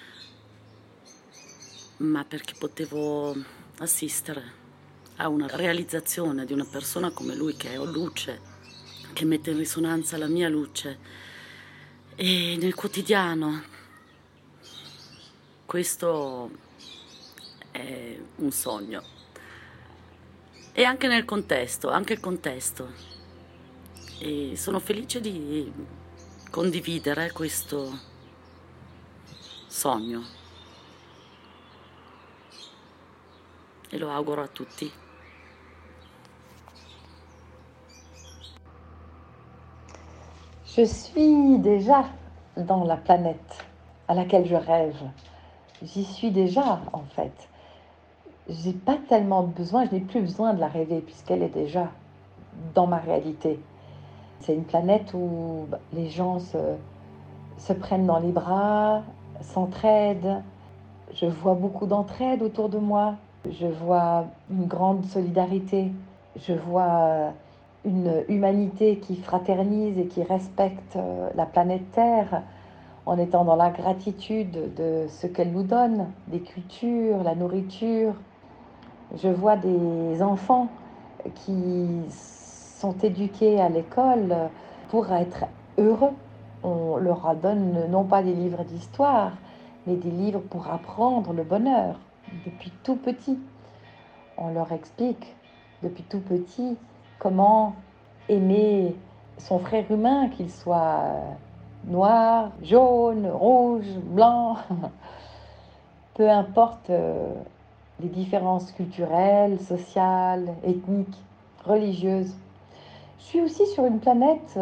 ma perché potevo assistere a una realizzazione di una persona come lui che è luce, che mette in risonanza la mia luce. E nel quotidiano questo è un sogno. E anche nel contesto, anche il contesto. E sono felice di condividere questo sogno. E lo auguro a tutti. Je suis déjà dans la planète à laquelle je rêve. J'y suis déjà, en fait. J'ai pas tellement besoin, je n'ai plus besoin de la rêver puisqu'elle est déjà dans ma réalité. C'est une planète où les gens se prennent dans les bras, s'entraident. Je vois beaucoup d'entraide autour de moi. Je vois une grande solidarité. Je vois une humanité qui fraternise et qui respecte la planète Terre en étant dans la gratitude de ce qu'elle nous donne, des cultures, la nourriture. Je vois des enfants qui sont éduqués à l'école pour être heureux. On leur donne non pas des livres d'histoire, mais des livres pour apprendre le bonheur depuis tout petit. On leur explique depuis tout petit comment aimer son frère humain, qu'il soit noir, jaune, rouge, blanc, peu importe les différences culturelles, sociales, ethniques, religieuses. Je suis aussi sur une planète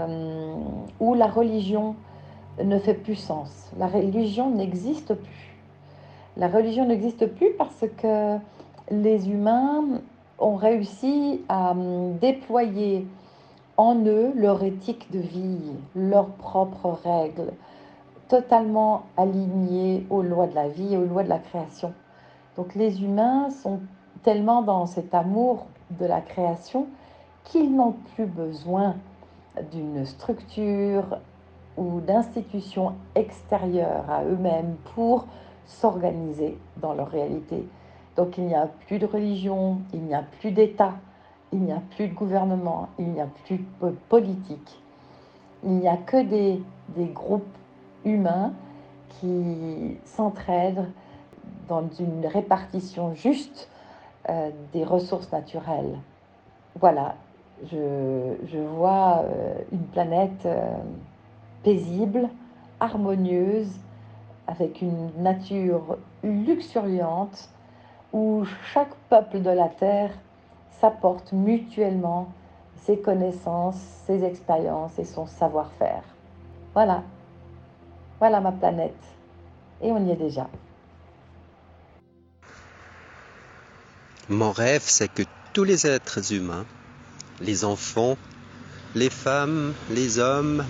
où la religion ne fait plus sens. La religion n'existe plus. La religion n'existe plus parce que les humains ont réussi à déployer en eux leur éthique de vie, leurs propres règles, totalement alignées aux lois de la vie et aux lois de la création. Donc les humains sont tellement dans cet amour de la création qu'ils n'ont plus besoin d'une structure ou d'institutions extérieures à eux-mêmes pour s'organiser dans leur réalité. Donc il n'y a plus de religion, il n'y a plus d'État, il n'y a plus de gouvernement, il n'y a plus de politique. Il n'y a que des groupes humains qui s'entraident dans une répartition juste des ressources naturelles. Voilà, je vois une planète paisible, harmonieuse, avec une nature luxuriante, où chaque peuple de la Terre s'apporte mutuellement ses connaissances, ses expériences et son savoir-faire. Voilà, voilà ma planète. Et on y est déjà. Mon rêve, c'est que tous les êtres humains, les enfants, les femmes, les hommes,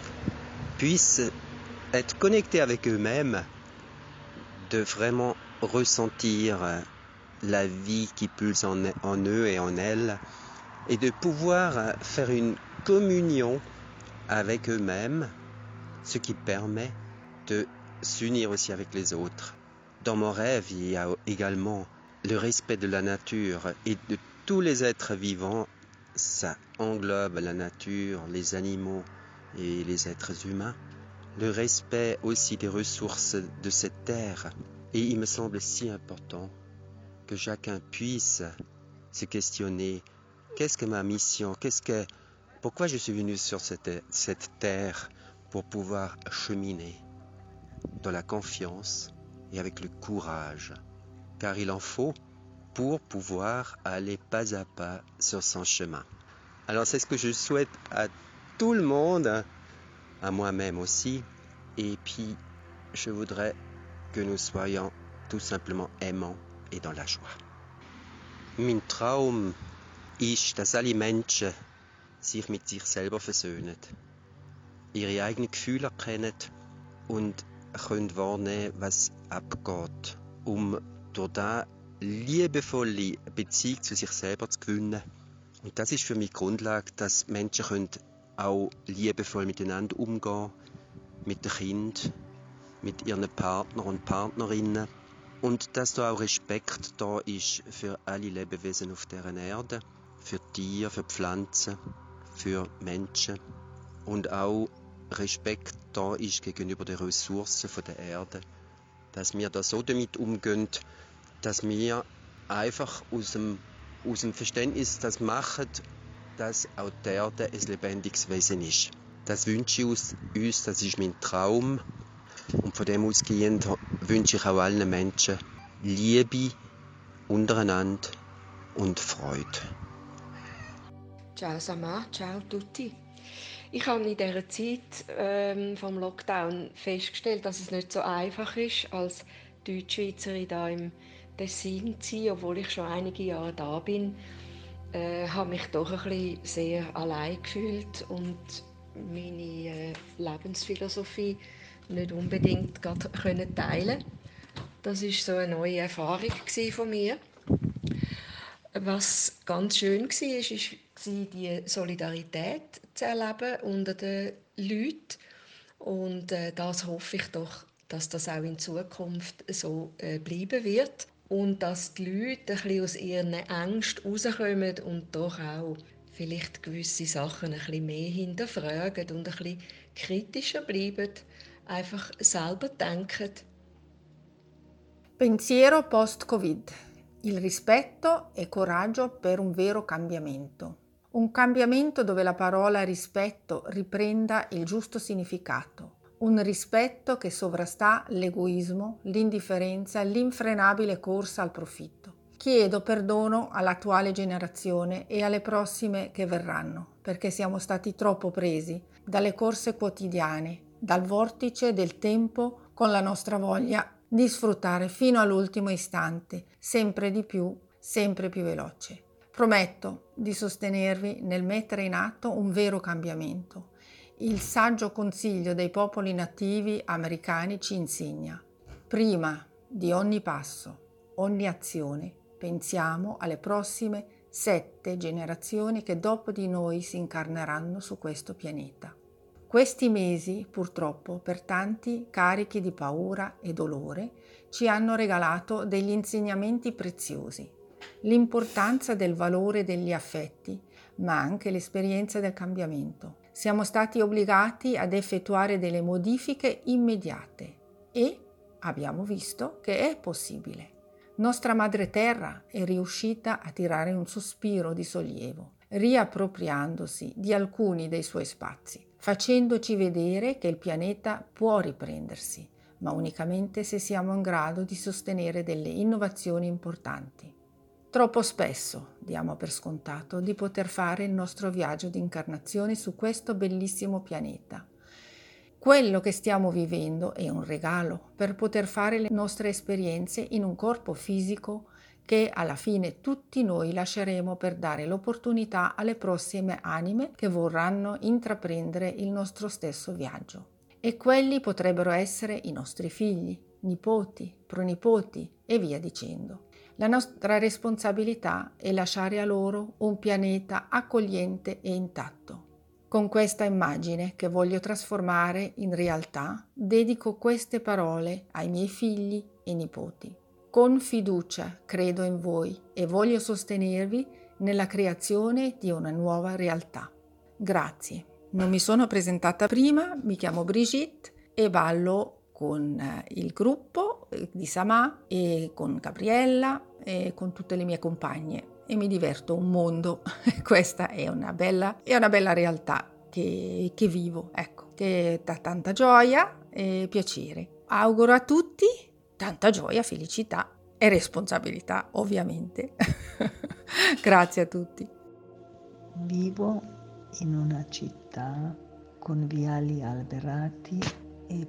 puissent être connectés avec eux-mêmes, de vraiment ressentir la vie qui pulse en eux et en elles, et de pouvoir faire une communion avec eux-mêmes, ce qui permet de s'unir aussi avec les autres. Dans mon rêve, il y a également le respect de la nature et de tous les êtres vivants. Ça englobe la nature, les animaux et les êtres humains. Le respect aussi des ressources de cette terre. Et il me semble si important que chacun puisse se questionner, qu'est-ce que ma mission, pourquoi je suis venu sur cette terre pour pouvoir cheminer dans la confiance et avec le courage, car il en faut pour pouvoir aller pas à pas sur son chemin. Alors c'est ce que je souhaite à tout le monde, à moi-même aussi, et puis je voudrais que nous soyons tout simplement aimants et dans la joie. Mein Traum ist, dass alle Menschen sich mit sich selber versöhnen, ihre eigenen Gefühle erkennen und können wahrnehmen, was abgeht, durch diese liebevolle Beziehung zu sich selber zu gewinnen. Und das ist für mich die Grundlage, dass Menschen können auch liebevoll miteinander umgehen, mit den Kindern, mit ihren Partnern und Partnerinnen. Und dass da auch Respekt da ist für alle Lebewesen auf dieser Erde, für Tiere, für Pflanzen, für Menschen. Und auch Respekt da ist gegenüber den Ressourcen der Erde. Dass wir da so damit umgehen, dass wir einfach aus dem Verständnis das machen, dass auch die Erde ein lebendiges Wesen ist. Das wünsche ich uns, das ist mein Traum. Und von dem ausgehend wünsche ich auch allen Menschen Liebe untereinander und Freude. Ciao Samar, ciao tutti. Ich habe in dieser Zeit vom Lockdown festgestellt, dass es nicht so einfach ist, als Deutschschweizerin hier im Tessin zu sein, obwohl ich schon einige Jahre da bin. Habe mich doch ein bisschen sehr allein gefühlt und meine Lebensphilosophie nicht unbedingt teilen können. Das war so eine neue Erfahrung von mir. Was ganz schön war die Solidarität zu erleben unter den Leuten. Und das hoffe ich doch, dass das auch in Zukunft so bleiben wird. Und dass die Leute ein bisschen aus ihren Ängsten rauskommen und doch auch vielleicht gewisse Sachen ein bisschen mehr hinterfragen und ein bisschen kritischer bleiben. Einfach selber denken. Pensiero post-Covid. Il rispetto e coraggio per un vero cambiamento. Un cambiamento dove la parola rispetto riprenda il giusto significato. Un rispetto che sovrasta l'egoismo, l'indifferenza, l'infrenabile corsa al profitto. Chiedo perdono all'attuale generazione e alle prossime che verranno, perché siamo stati troppo presi dalle corse quotidiane, dal vortice del tempo con la nostra voglia di sfruttare fino all'ultimo istante, sempre di più, sempre più veloce. Prometto di sostenervi nel mettere in atto un vero cambiamento. Il saggio consiglio dei popoli nativi americani ci insegna: prima di ogni passo, ogni azione, pensiamo alle prossime 7 generazioni che dopo di noi si incarneranno su questo pianeta. Questi mesi, purtroppo, per tanti carichi di paura e dolore, ci hanno regalato degli insegnamenti preziosi. L'importanza del valore degli affetti, ma anche l'esperienza del cambiamento. Siamo stati obbligati ad effettuare delle modifiche immediate e abbiamo visto che è possibile. Nostra madre terra è riuscita a tirare un sospiro di sollievo, riappropriandosi di alcuni dei suoi spazi, facendoci vedere che il pianeta può riprendersi, ma unicamente se siamo in grado di sostenere delle innovazioni importanti. Troppo spesso diamo per scontato di poter fare il nostro viaggio di incarnazione su questo bellissimo pianeta. Quello che stiamo vivendo è un regalo per poter fare le nostre esperienze in un corpo fisico che alla fine tutti noi lasceremo per dare l'opportunità alle prossime anime che vorranno intraprendere il nostro stesso viaggio. E quelli potrebbero essere i nostri figli, nipoti, pronipoti e via dicendo. La nostra responsabilità è lasciare a loro un pianeta accogliente e intatto. Con questa immagine che voglio trasformare in realtà, dedico queste parole ai miei figli e nipoti. Con fiducia credo in voi e voglio sostenervi nella creazione di una nuova realtà. Grazie. Non mi sono presentata prima, mi chiamo Brigitte e ballo con il gruppo di Samà e con Gabriella e con tutte le mie compagne e mi diverto un mondo. Questa è una bella realtà che vivo, ecco, che dà tanta gioia e piacere. Auguro a tutti tanta gioia, felicità e responsabilità, ovviamente. Grazie a tutti. Vivo in una città con viali alberati e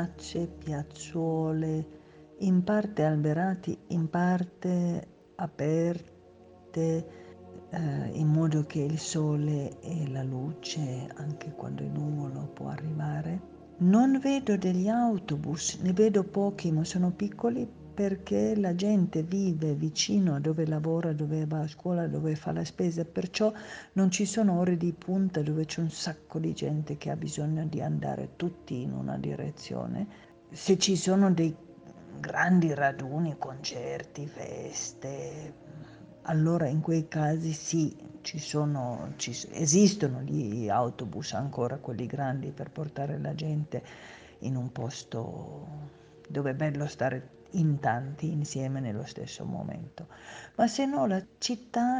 piazzuole, in parte alberati, in parte aperte, in modo che il sole e la luce, anche quando è nuvolo, può arrivare. Non vedo degli autobus, ne vedo pochi, ma sono piccoli perché la gente vive vicino a dove lavora, dove va a scuola, dove fa la spesa, perciò non ci sono ore di punta dove c'è un sacco di gente che ha bisogno di andare tutti in una direzione. Se ci sono dei grandi raduni, concerti, feste, allora in quei casi sì, esistono gli autobus ancora, quelli grandi, per portare la gente in un posto dove è bello stare in tanti insieme nello stesso momento. Ma se no la città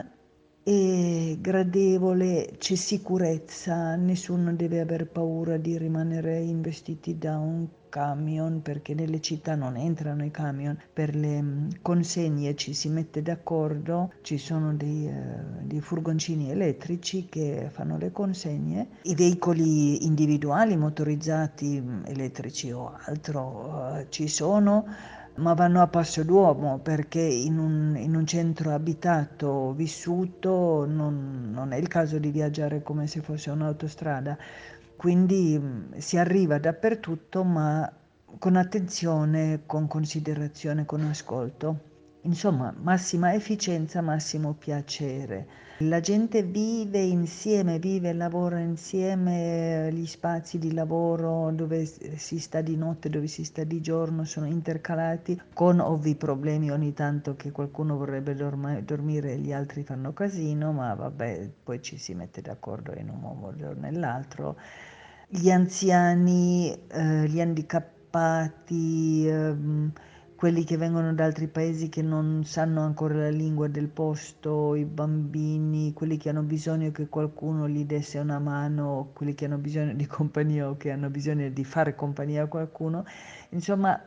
è gradevole, c'è sicurezza, nessuno deve aver paura di rimanere investiti da un camion, perché nelle città non entrano i camion. Per le consegne ci si mette d'accordo, ci sono dei furgoncini elettrici che fanno le consegne. I veicoli individuali motorizzati, elettrici o altro, ci sono, ma vanno a passo d'uomo, perché in un centro abitato vissuto non è il caso di viaggiare come se fosse un'autostrada. Quindi si arriva dappertutto, ma con attenzione, con considerazione, con ascolto. Insomma, massima efficienza, massimo piacere. La gente vive insieme, vive e lavora insieme, gli spazi di lavoro dove si sta di notte, dove si sta di giorno sono intercalati, con ovvi problemi ogni tanto che qualcuno vorrebbe dormire e gli altri fanno casino, ma vabbè, poi ci si mette d'accordo in un modo o nell'altro. Gli anziani, gli handicappati, quelli che vengono da altri paesi che non sanno ancora la lingua del posto, i bambini, quelli che hanno bisogno che qualcuno gli desse una mano, quelli che hanno bisogno di compagnia o che hanno bisogno di fare compagnia a qualcuno. Insomma,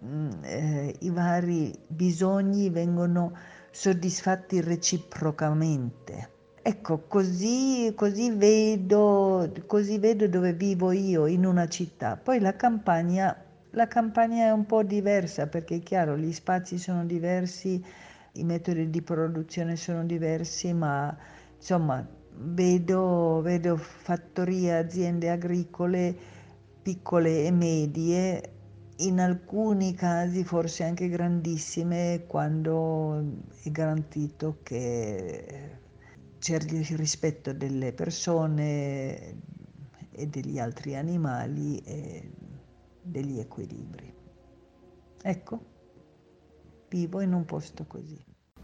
i vari bisogni vengono soddisfatti reciprocamente. Ecco, così vedo dove vivo io, in una città. Poi la campagna è un po' diversa, perché è chiaro, gli spazi sono diversi, i metodi di produzione sono diversi, ma insomma vedo fattorie, aziende agricole piccole e medie, in alcuni casi forse anche grandissime, quando è garantito che c'è il rispetto delle persone e degli altri animali e degli equilibri. Ecco, vivo in un posto così.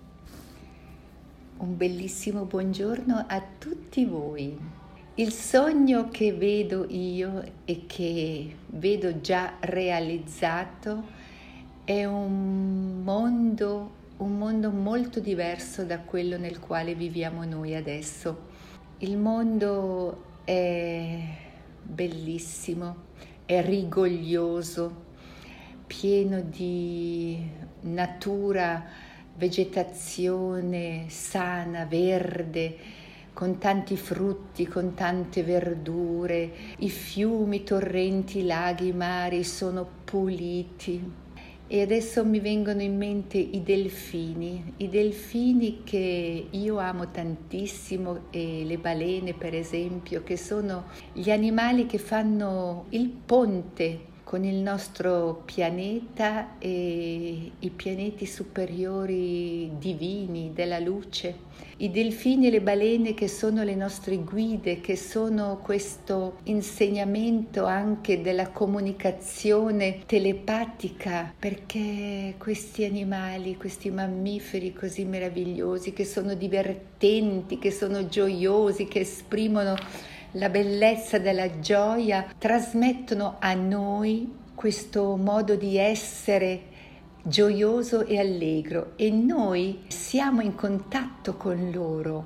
Un bellissimo buongiorno a tutti voi. Il sogno che vedo io e che vedo già realizzato è un mondo molto diverso da quello nel quale viviamo noi adesso. Il mondo è bellissimo, è rigoglioso, pieno di natura, vegetazione sana, verde, con tanti frutti, con tante verdure. I fiumi, i torrenti, i laghi, i mari sono puliti. E adesso mi vengono in mente i delfini che io amo tantissimo, e le balene per esempio, che sono gli animali che fanno il ponte con il nostro pianeta e i pianeti superiori divini della luce. I delfini e le balene che sono le nostre guide, che sono questo insegnamento anche della comunicazione telepatica, perché questi animali, questi mammiferi così meravigliosi, che sono divertenti, che sono gioiosi, che esprimono la bellezza della gioia, trasmettono a noi questo modo di essere gioioso e allegro, e noi siamo in contatto con loro.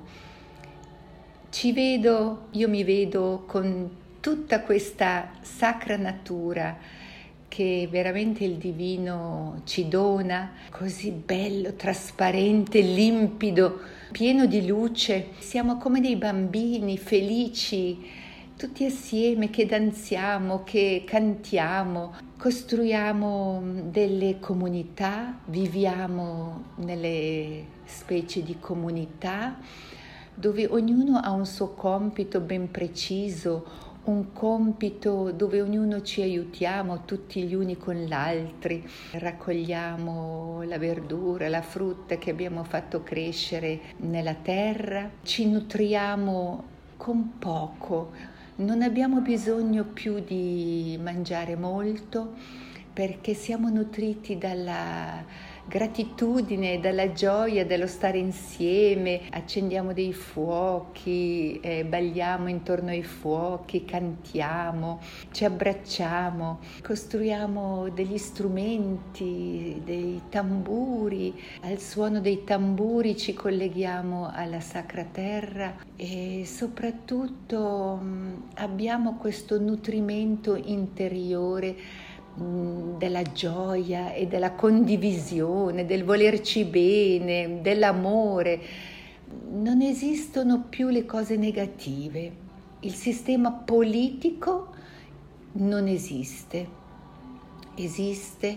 Io mi vedo con tutta questa sacra natura che veramente il divino ci dona, così bello, trasparente, limpido, pieno di luce. Siamo come dei bambini felici, tutti assieme, che danziamo, che cantiamo, costruiamo delle comunità, viviamo nelle specie di comunità dove ognuno ha un suo compito ben preciso, un compito dove ognuno ci aiutiamo tutti gli uni con gli altri, raccogliamo la verdura, la frutta che abbiamo fatto crescere nella terra, ci nutriamo con poco, non abbiamo bisogno più di mangiare molto perché siamo nutriti dalla gratitudine, dalla gioia dello stare insieme, accendiamo dei fuochi, balliamo intorno ai fuochi, cantiamo, ci abbracciamo, costruiamo degli strumenti, dei tamburi, al suono dei tamburi ci colleghiamo alla sacra terra e soprattutto abbiamo questo nutrimento interiore della gioia e della condivisione, del volerci bene, dell'amore. Non esistono più le cose negative. Il sistema politico non esiste. Esiste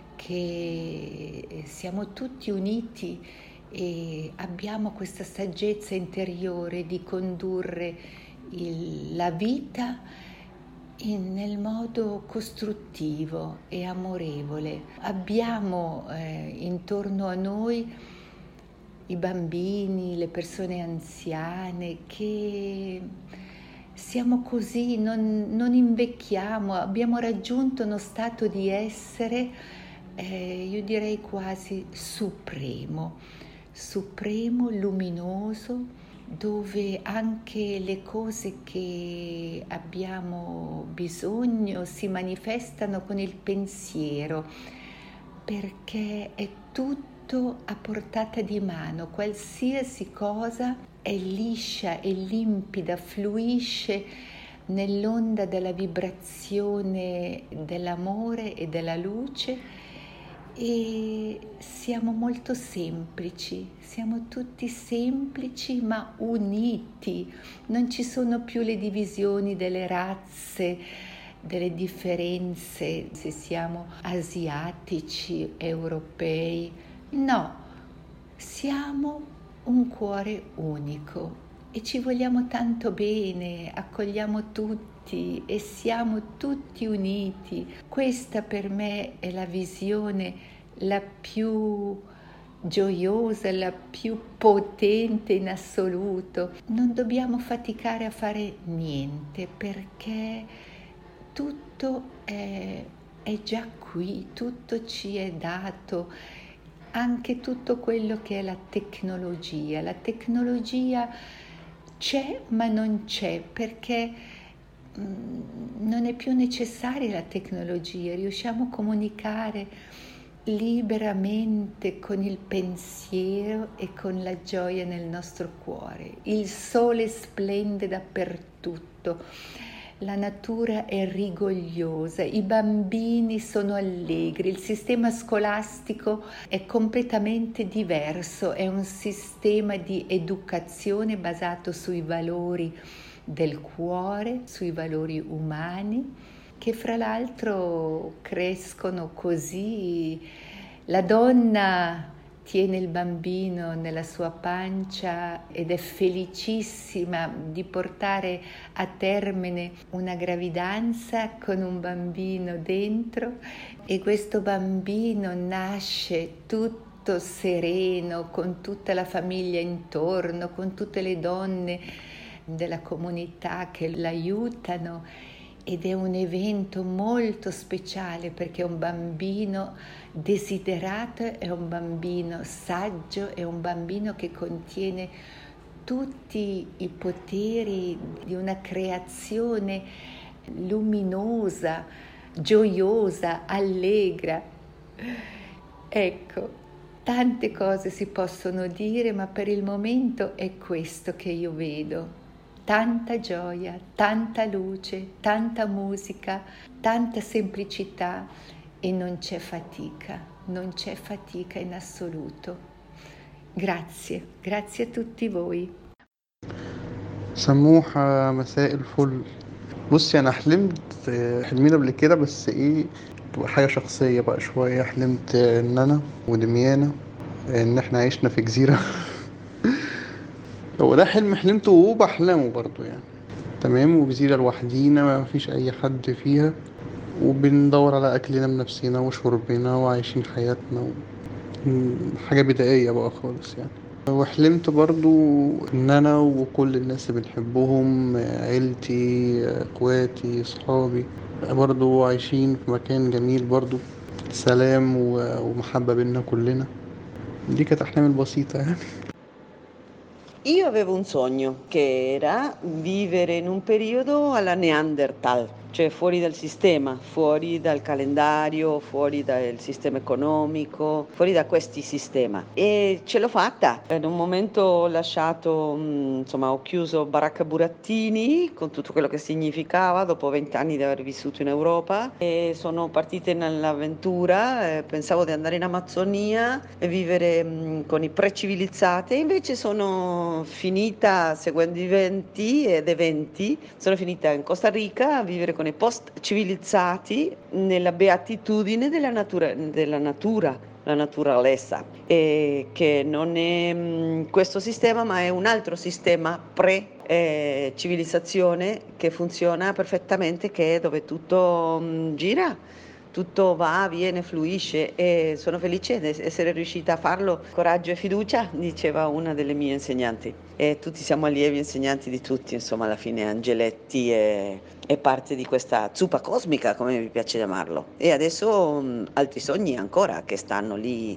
che siamo tutti uniti e abbiamo questa saggezza interiore di condurre la vita nel modo costruttivo e amorevole. Abbiamo intorno a noi i bambini, le persone anziane, che siamo così, non invecchiamo, abbiamo raggiunto uno stato di essere, io direi quasi supremo, luminoso, dove anche le cose che abbiamo bisogno si manifestano con il pensiero, perché è tutto a portata di mano, qualsiasi cosa è liscia e limpida, fluisce nell'onda della vibrazione dell'amore e della luce. E siamo molto semplici, siamo tutti semplici ma uniti, non ci sono più le divisioni delle razze, delle differenze, se siamo asiatici, europei, no, siamo un cuore unico e ci vogliamo tanto bene, accogliamo tutti e siamo tutti uniti. Questa per me è la visione la più gioiosa, la più potente in assoluto. Non dobbiamo faticare a fare niente perché tutto è già qui, tutto ci è dato, anche tutto quello che è la tecnologia. La tecnologia c'è ma non c'è perché non è più necessaria la tecnologia, riusciamo a comunicare liberamente con il pensiero e con la gioia nel nostro cuore. Il sole splende dappertutto, la natura è rigogliosa, i bambini sono allegri, il sistema scolastico è completamente diverso, è un sistema di educazione basato sui valori del cuore, sui valori umani, che fra l'altro crescono così. La donna tiene il bambino nella sua pancia ed è felicissima di portare a termine una gravidanza con un bambino dentro, e questo bambino nasce tutto sereno, con tutta la famiglia intorno, con tutte le donne della comunità che l'aiutano, ed è un evento molto speciale perché è un bambino desiderato, è un bambino saggio, è un bambino che contiene tutti i poteri di una creazione luminosa, gioiosa, allegra. Ecco, tante cose si possono dire, ma per il momento è questo che io vedo. Tanta gioia, tanta luce, tanta musica, tanta semplicità, e non c'è fatica in assoluto. Grazie a tutti voi. سموحة، مساء الفل. بصي أنا حلمت حلمين قبل كده، بس تبقى حاجة شخصية بقى شوية. حلمت إن أنا ودميانة إن إحنا عشنا في جزيرة. هو ده حلم حلمته وبحلمه برضو يعني، تمام. وجزيرة لوحدينا ما فيش أي حد فيها، وبندور على أكلنا بنفسنا وشربنا وعايشين حياتنا حاجة بدائية بقى خالص يعني. وحلمت برضو إن أنا وكل الناس اللي بنحبهم، عيلتي، إخواتي، صحابي، برضو عايشين في مكان جميل برضو، سلام ومحبة بينا كلنا. دي كانت أحلامي البسيطة يعني. Io avevo un sogno che era vivere in un periodo alla Neanderthal, cioè fuori dal sistema, fuori dal calendario, fuori dal sistema economico, fuori da questi sistemi. E ce l'ho fatta. In un momento ho lasciato, ho chiuso Baracca Burattini con tutto quello che significava dopo 20 anni di aver vissuto in Europa, e sono partita nell'avventura. Pensavo di andare in Amazzonia e vivere con i precivilizzati, e invece sono finita seguendo i venti ed eventi. Sono finita in Costa Rica a vivere con i post-civilizzati nella beatitudine della natura, la naturalezza, e che non è questo sistema, ma è un altro sistema pre-civilizzazione che funziona perfettamente, che è dove tutto gira. Tutto va, viene, fluisce, e sono felice di essere riuscita a farlo. Coraggio e fiducia, diceva una delle mie insegnanti, e tutti siamo allievi insegnanti di tutti, insomma. Alla fine Angeletti è parte di questa zuppa cosmica, come mi piace chiamarlo, e adesso altri sogni ancora che stanno lì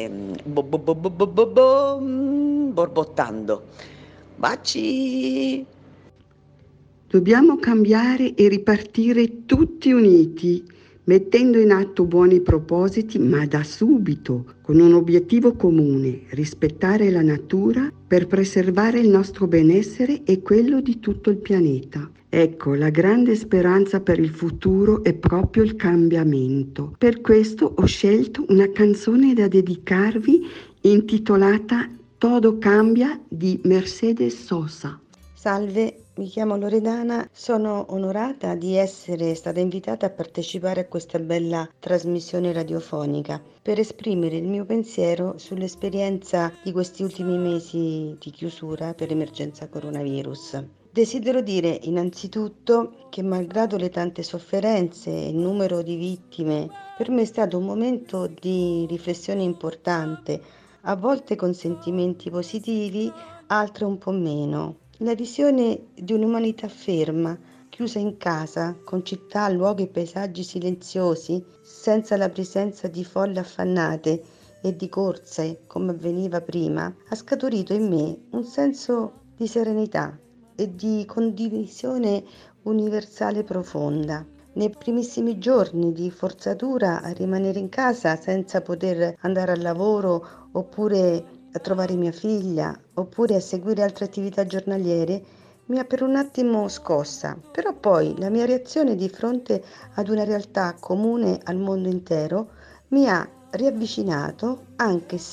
borbottando. Baci! Dobbiamo cambiare e ripartire tutti uniti, mettendo in atto buoni propositi, ma da subito, con un obiettivo comune: rispettare la natura per preservare il nostro benessere e quello di tutto il pianeta. Ecco, la grande speranza per il futuro è proprio il cambiamento. Per questo ho scelto una canzone da dedicarvi intitolata Todo Cambia di Mercedes Sosa. Salve, mi chiamo Loredana, sono onorata di essere stata invitata a partecipare a questa bella trasmissione radiofonica per esprimere il mio pensiero sull'esperienza di questi ultimi mesi di chiusura per emergenza coronavirus. Desidero dire innanzitutto che, malgrado le tante sofferenze e il numero di vittime, per me è stato un momento di riflessione importante, a volte con sentimenti positivi, altre un po' meno. La visione di un'umanità ferma, chiusa in casa, con città, luoghi e paesaggi silenziosi, senza la presenza di folle affannate e di corse come avveniva prima, ha scaturito in me un senso di serenità e di condivisione universale profonda. Nei primissimi giorni di forzatura a rimanere in casa senza poter andare al lavoro, oppure a trovare mia figlia, oppure a seguire altre attività giornaliere, mi ha per un attimo scossa. Però poi la mia reazione di fronte ad una realtà comune al mondo intero mi ha riavvicinato, anche se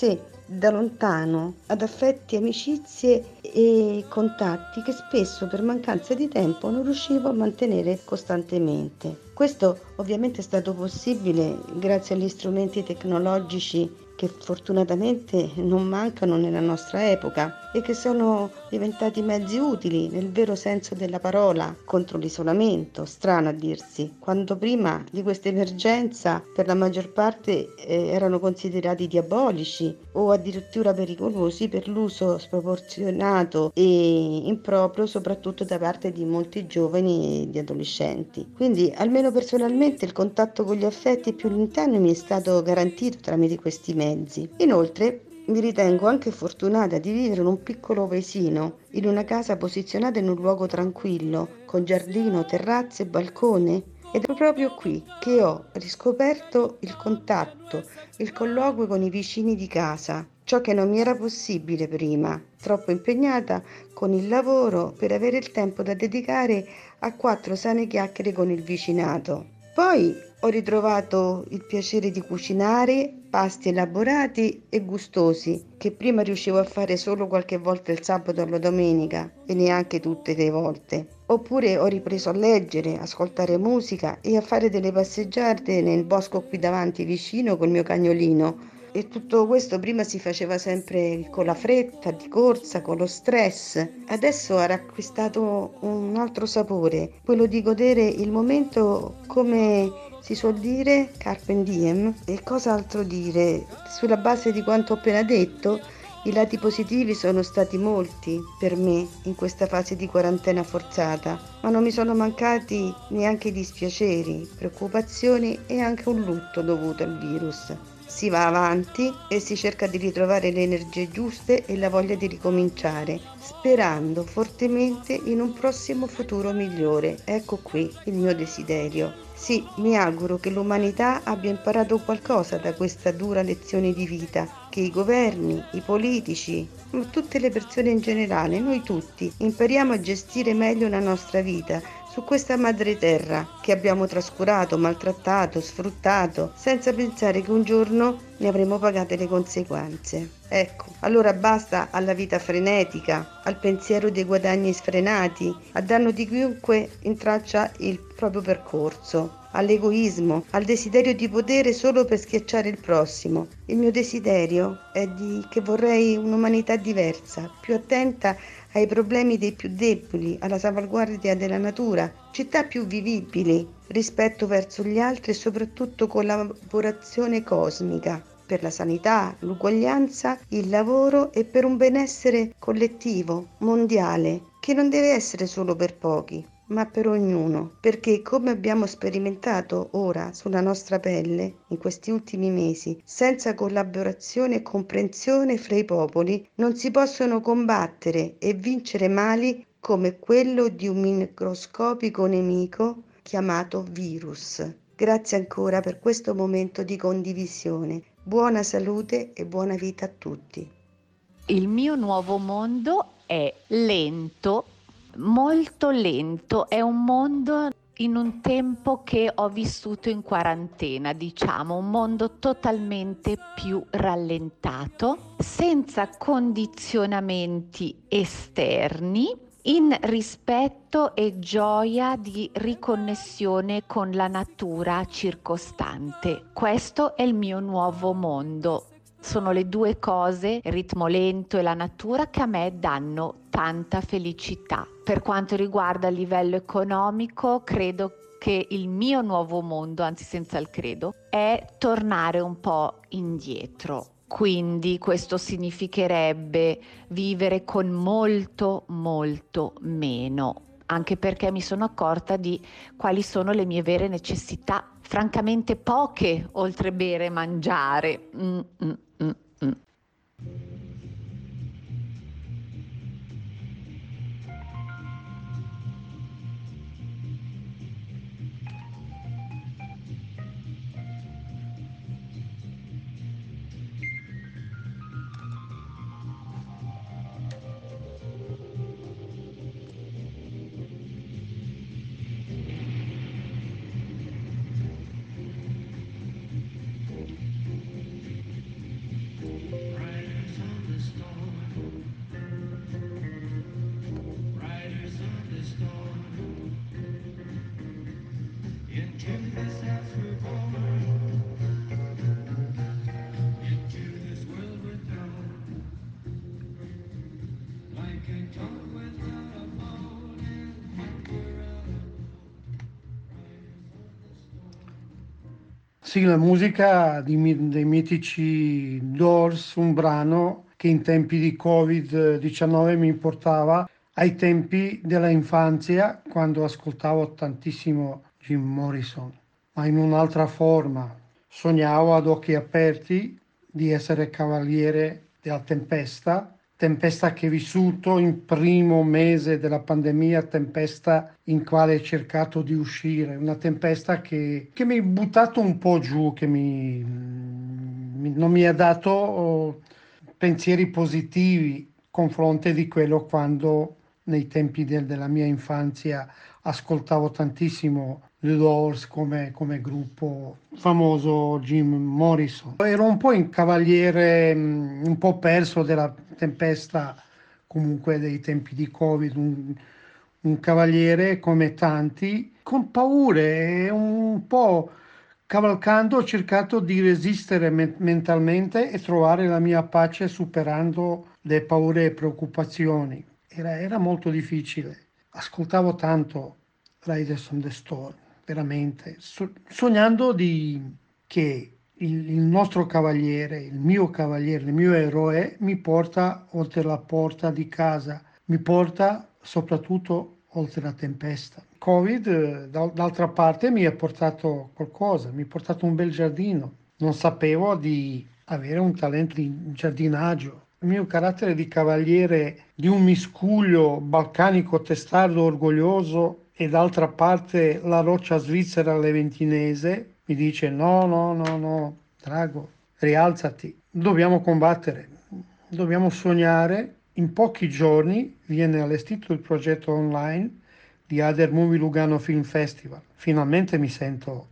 da lontano ad affetti, amicizie e contatti che spesso per mancanza di tempo non riuscivo a mantenere costantemente. Questo ovviamente è stato possibile grazie agli strumenti tecnologici che fortunatamente non mancano nella nostra epoca e che sono diventati mezzi utili nel vero senso della parola contro l'isolamento, strano a dirsi, quando prima di questa emergenza per la maggior parte erano considerati diabolici o addirittura pericolosi per l'uso sproporzionato e improprio soprattutto da parte di molti giovani e di adolescenti. Quindi almeno personalmente il contatto con gli affetti più lontani mi è stato garantito tramite questi mezzi. Inoltre mi ritengo anche fortunata di vivere in un piccolo paesino, in una casa posizionata in un luogo tranquillo, con giardino, terrazze e balcone. Ed è proprio qui che ho riscoperto il contatto, il colloquio con i vicini di casa, ciò che non mi era possibile prima, troppo impegnata con il lavoro per avere il tempo da dedicare a 4 sane chiacchiere con il vicinato. Poi ho ritrovato il piacere di cucinare pasti elaborati e gustosi che prima riuscivo a fare solo qualche volta il sabato o la domenica e neanche tutte le volte. Oppure ho ripreso a leggere, ascoltare musica e a fare delle passeggiate nel bosco qui davanti vicino col mio cagnolino. E tutto questo prima si faceva sempre con la fretta, di corsa, con lo stress. Adesso ha riacquistato un altro sapore, quello di godere il momento come si suol dire, carpe diem. E cosa altro dire? Sulla base di quanto ho appena detto, i lati positivi sono stati molti per me in questa fase di quarantena forzata, ma non mi sono mancati neanche dispiaceri, preoccupazioni e anche un lutto dovuto al virus. Si va avanti e si cerca di ritrovare le energie giuste e la voglia di ricominciare, sperando fortemente in un prossimo futuro migliore. Ecco qui il mio desiderio. Sì, mi auguro che l'umanità abbia imparato qualcosa da questa dura lezione di vita, che i governi, i politici, ma tutte le persone in generale, noi tutti, impariamo a gestire meglio la nostra vita su questa madre terra che abbiamo trascurato, maltrattato, sfruttato, senza pensare che un giorno ne avremo pagate le conseguenze. Ecco, allora basta alla vita frenetica, al pensiero dei guadagni sfrenati, a danno di chiunque intralcia il proprio percorso, all'egoismo, al desiderio di potere solo per schiacciare il prossimo. Il mio desiderio è che vorrei un'umanità diversa, più attenta ai problemi dei più deboli, alla salvaguardia della natura, città più vivibili, rispetto verso gli altri e soprattutto collaborazione cosmica per la sanità, l'uguaglianza, il lavoro e per un benessere collettivo, mondiale, che non deve essere solo per pochi, ma per ognuno, perché come abbiamo sperimentato ora sulla nostra pelle in questi ultimi mesi, senza collaborazione e comprensione fra i popoli non si possono combattere e vincere mali come quello di un microscopico nemico chiamato virus. Grazie ancora per questo momento di condivisione. Buona salute e buona vita a tutti. Il mio nuovo mondo è lento, molto lento, è un mondo in un tempo che ho vissuto in quarantena, diciamo, un mondo totalmente più rallentato, senza condizionamenti esterni, in rispetto e gioia di riconnessione con la natura circostante. Questo è il mio nuovo mondo. Sono le due cose, il ritmo lento e la natura, che a me danno tanta felicità. Per quanto riguarda il livello economico, credo che il mio nuovo mondo, anzi senza il credo, è tornare un po' indietro. Quindi questo significherebbe vivere con molto, molto meno, anche perché mi sono accorta di quali sono le mie vere necessità, francamente poche, oltre bere e mangiare. Sì, la musica dei mitici Doors, un brano che in tempi di Covid-19 mi portava ai tempi della infanzia, quando ascoltavo tantissimo Jim Morrison, ma in un'altra forma. Sognavo ad occhi aperti di essere cavaliere della tempesta che ho vissuto in primo mese della pandemia, tempesta in quale ho cercato di uscire, una tempesta che mi ha buttato un po' giù, che non mi ha dato pensieri positivi a confronto di quello quando nei tempi della mia infanzia ascoltavo tantissimo The Doors come gruppo famoso, Jim Morrison. Ero un po' in cavaliere, un po' perso della tempesta comunque dei tempi di Covid, un cavaliere come tanti, con paure e un po' cavalcando ho cercato di resistere mentalmente e trovare la mia pace superando le paure e preoccupazioni. Era molto difficile. Ascoltavo tanto Riders on the Storm, veramente, sognando che il nostro cavaliere, il mio eroe, mi porta oltre la porta di casa, mi porta soprattutto oltre la tempesta. Covid, d'altra parte, mi ha portato qualcosa, mi ha portato un bel giardino. Non sapevo di avere un talento di giardinaggio. Il mio carattere di cavaliere, di un miscuglio balcanico testardo orgoglioso e d'altra parte la roccia svizzera leventinese, mi dice no, Drago, rialzati, dobbiamo combattere, dobbiamo sognare. In pochi giorni viene allestito il progetto online di Other Movie Lugano Film Festival. Finalmente mi sento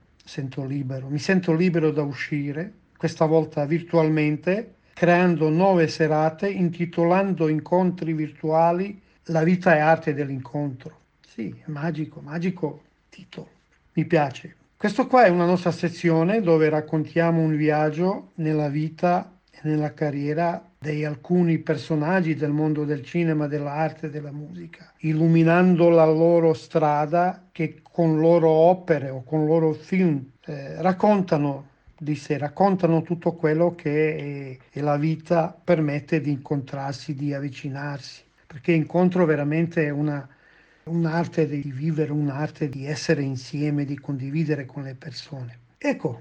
libero da uscire, questa volta virtualmente, creando 9 serate, intitolando incontri virtuali La vita e arte dell'incontro. Sì, è magico titolo, mi piace. Questo qua è una nostra sezione dove raccontiamo un viaggio nella vita e nella carriera di alcuni personaggi del mondo del cinema, dell'arte e della musica, illuminando la loro strada che con loro opere o con loro film raccontano di sé, raccontano tutto quello che la vita permette di incontrarsi, di avvicinarsi, perché incontro veramente un'arte di vivere, un'arte di essere insieme, di condividere con le persone. Ecco,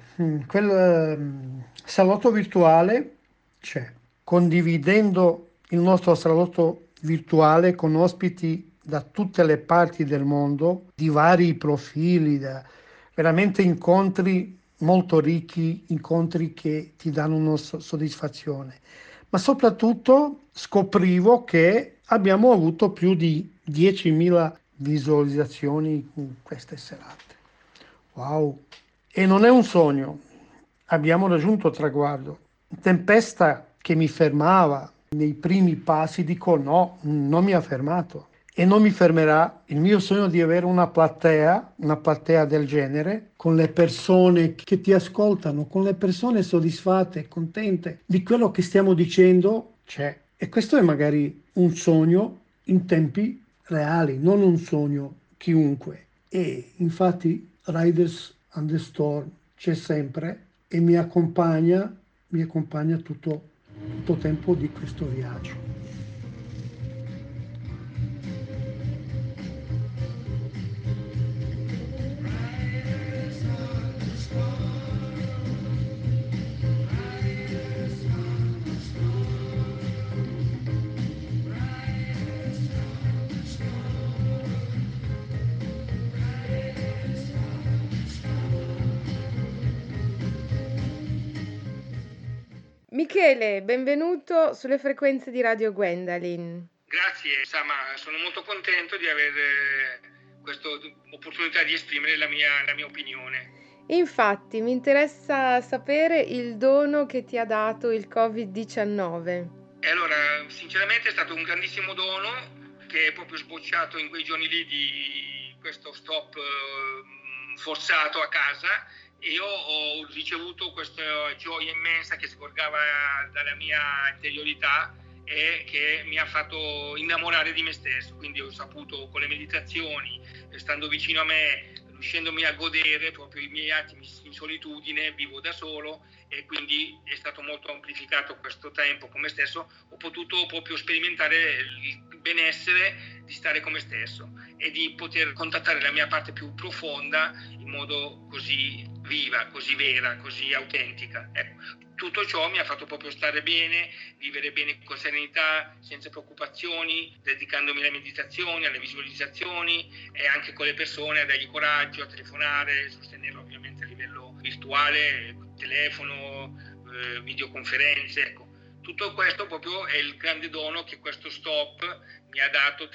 quel salotto virtuale c'è. Condividendo il nostro salotto virtuale con ospiti da tutte le parti del mondo, di vari profili, veramente incontri molto ricchi, incontri che ti danno una soddisfazione. Ma soprattutto scoprivo che abbiamo avuto più di 10.000 visualizzazioni in queste serate. Wow! E non è un sogno, abbiamo raggiunto il traguardo. Tempesta che mi fermava nei primi passi, dico no, non mi ha fermato e non mi fermerà il mio sogno di avere una platea del genere, con le persone che ti ascoltano, con le persone soddisfatte, contente di quello che stiamo dicendo, c'è. E questo è magari un sogno in tempi reali, non un sogno chiunque. E infatti Riders on the Storm c'è sempre e mi accompagna tutto il tempo di questo viaggio. Michele, benvenuto sulle frequenze di Radio Gwendalin. Grazie, Sama, sono molto contento di avere questa opportunità di esprimere la mia opinione. Infatti, mi interessa sapere il dono che ti ha dato il Covid-19. E allora, sinceramente è stato un grandissimo dono che è proprio sbocciato in quei giorni lì di questo stop forzato a casa. Io ho ricevuto questa gioia immensa che sgorgava dalla mia interiorità e che mi ha fatto innamorare di me stesso. Quindi ho saputo con le meditazioni, stando vicino a me, riuscendomi a godere proprio i miei attimi in solitudine, vivo da solo e quindi è stato molto amplificato questo tempo con me stesso, ho potuto proprio sperimentare il benessere di stare con me stesso e di poter contattare la mia parte più profonda in modo così viva, così vera, così autentica. Ecco, tutto ciò mi ha fatto proprio stare bene, vivere bene con serenità, senza preoccupazioni, dedicandomi alle meditazioni, alle visualizzazioni e anche con le persone a dargli coraggio, a telefonare, sostenerlo ovviamente a livello virtuale, telefono, videoconferenze, ecco. Tutto questo proprio è il grande dono che questo stop mi ha dato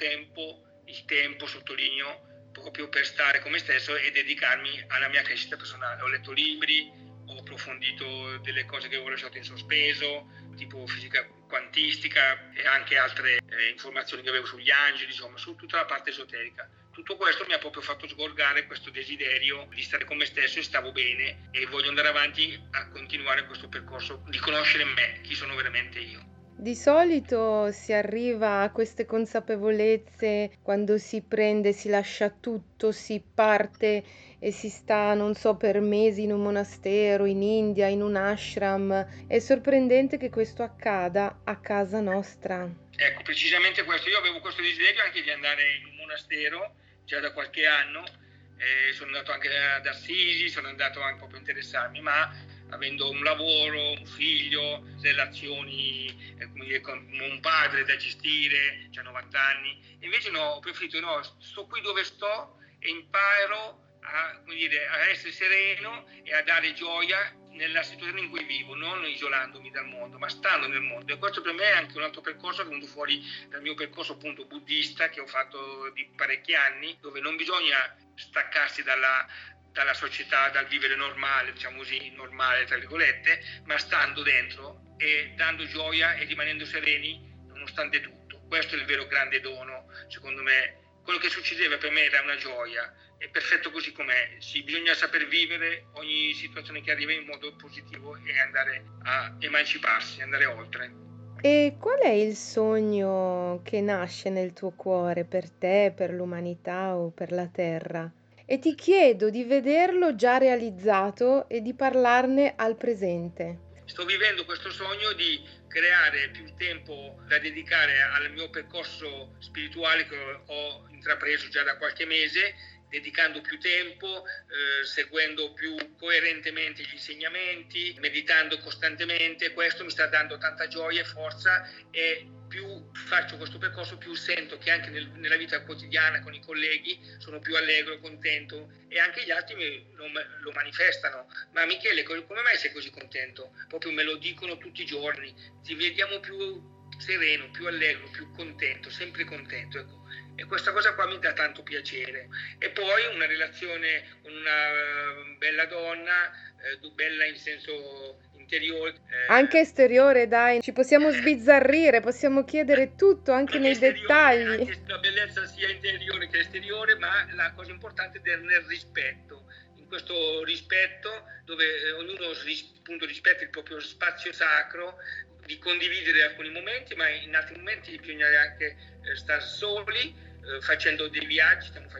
il tempo, sottolineo, proprio per stare con me stesso e dedicarmi alla mia crescita personale. Ho letto libri, ho approfondito delle cose che avevo lasciato in sospeso, tipo fisica quantistica e anche altre informazioni che avevo sugli angeli, insomma, su tutta la parte esoterica. Tutto questo mi ha proprio fatto sgorgare questo desiderio di stare con me stesso e stavo bene e voglio andare avanti a continuare questo percorso di conoscere me, chi sono veramente io. Di solito si arriva a queste consapevolezze quando si prende, si lascia tutto, si parte e si sta, non so, per mesi in un monastero, in India, in un ashram. È sorprendente che questo accada a casa nostra. Ecco, precisamente questo. Io avevo questo desiderio anche di andare in un monastero già da qualche anno, sono andato anche ad Assisi, sono andato anche proprio a interessarmi, ma avendo un lavoro, un figlio, relazioni come dire, con un padre da gestire, c'ha 90 anni, invece no, ho preferito sto qui dove sto e imparo a, come dire, a essere sereno e a dare gioia nella situazione in cui vivo, non isolandomi dal mondo, ma stando nel mondo. E questo per me è anche un altro percorso che è venuto fuori dal mio percorso appunto buddista che ho fatto di parecchi anni, dove non bisogna staccarsi dalla società, dal vivere normale, diciamo così, normale tra virgolette, ma stando dentro e dando gioia e rimanendo sereni nonostante tutto. Questo è il vero grande dono, secondo me. Quello che succedeva per me era una gioia, è perfetto così com'è. Sì, bisogna saper vivere ogni situazione che arriva in modo positivo e andare a emanciparsi, andare oltre. E qual è il sogno che nasce nel tuo cuore per te, per l'umanità o per la Terra? E ti chiedo di vederlo già realizzato e di parlarne al presente. Sto vivendo questo sogno di creare più tempo da dedicare al mio percorso spirituale che ho intrapreso già da qualche mese, dedicando più tempo, seguendo più coerentemente gli insegnamenti, meditando costantemente. Questo mi sta dando tanta gioia e forza e più faccio questo percorso più sento che anche nella vita quotidiana con i colleghi sono più allegro, contento e anche gli altri lo manifestano. Ma Michele, come mai sei così contento? Proprio me lo dicono tutti i giorni, ti vediamo più sereno, più allegro, più contento, sempre contento, ecco. E questa cosa qua mi dà tanto piacere. E poi una relazione con una bella donna, bella in senso interiore. Anche esteriore, dai, ci possiamo sbizzarrire, possiamo chiedere tutto, anche nei dettagli. Anche la bellezza sia interiore che esteriore, ma la cosa importante è nel rispetto. In questo rispetto, dove ognuno appunto rispetta il proprio spazio sacro, di condividere alcuni momenti, ma in altri momenti bisogna anche stare soli, facendo dei viaggi, stiamo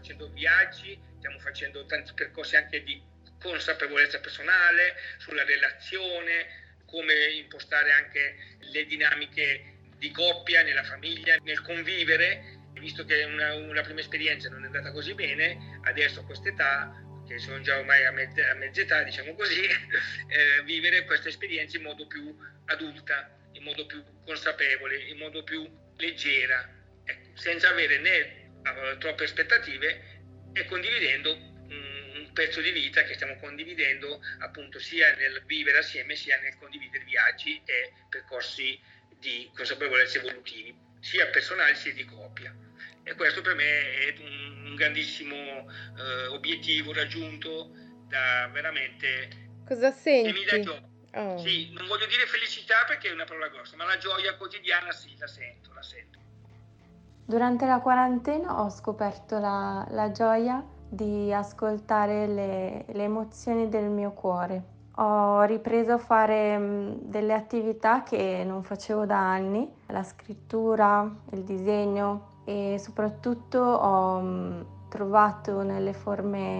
facendo tanti percorsi anche di consapevolezza personale, sulla relazione, come impostare anche le dinamiche di coppia, nella famiglia, nel convivere. Visto che una prima esperienza non è andata così bene, adesso a quest'età, che sono già ormai a mezza età, diciamo così, vivere questa esperienza in modo più adulta, in modo più consapevole, in modo più leggera, ecco, senza avere né troppe aspettative e condividendo un pezzo di vita che stiamo condividendo appunto sia nel vivere assieme sia nel condividere viaggi e percorsi di consapevolezza evolutivi, sia personali sia di coppia. E questo per me è un grandissimo obiettivo raggiunto da veramente... Cosa senti? Che mi dà gioia. Oh. Sì, non voglio dire felicità perché è una parola grossa, ma la gioia quotidiana sì, la sento. Durante la quarantena ho scoperto la gioia di ascoltare le emozioni del mio cuore. Ho ripreso a fare delle attività che non facevo da anni, la scrittura, il disegno e soprattutto ho trovato nelle forme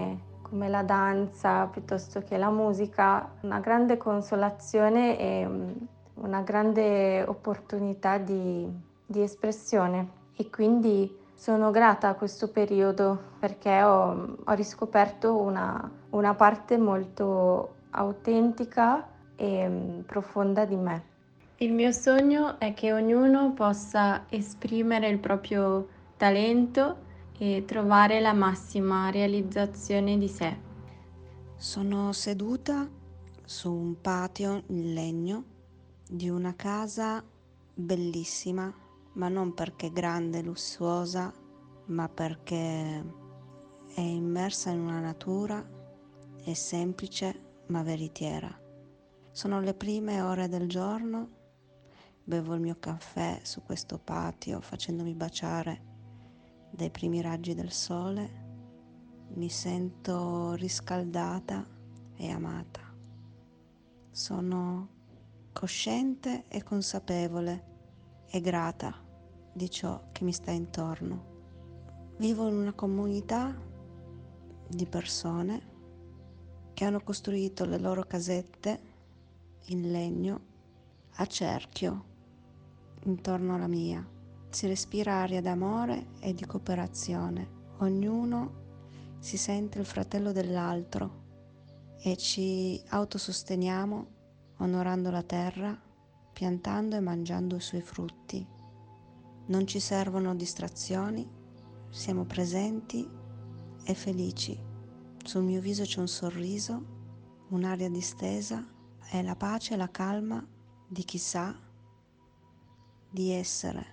come la danza piuttosto che la musica, una grande consolazione e una grande opportunità di espressione. E quindi sono grata a questo periodo perché ho riscoperto una parte molto autentica e profonda di me. Il mio sogno è che ognuno possa esprimere il proprio talento e trovare la massima realizzazione di sé. Sono seduta su un patio in legno di una casa bellissima, ma non perché grande e lussuosa, ma perché è immersa in una natura, è semplice ma veritiera. Sono le prime ore del giorno, bevo il mio caffè su questo patio facendomi baciare dai primi raggi del sole, mi sento riscaldata e amata. Sono cosciente e consapevole e grata di ciò che mi sta intorno. Vivo in una comunità di persone che hanno costruito le loro casette in legno a cerchio intorno alla mia. Si respira aria d'amore e di cooperazione. Ognuno si sente il fratello dell'altro e ci autososteniamo onorando la terra, piantando e mangiando i suoi frutti. Non ci servono distrazioni, siamo presenti e felici. Sul mio viso c'è un sorriso, un'aria distesa e la pace e la calma di chi sa di essere.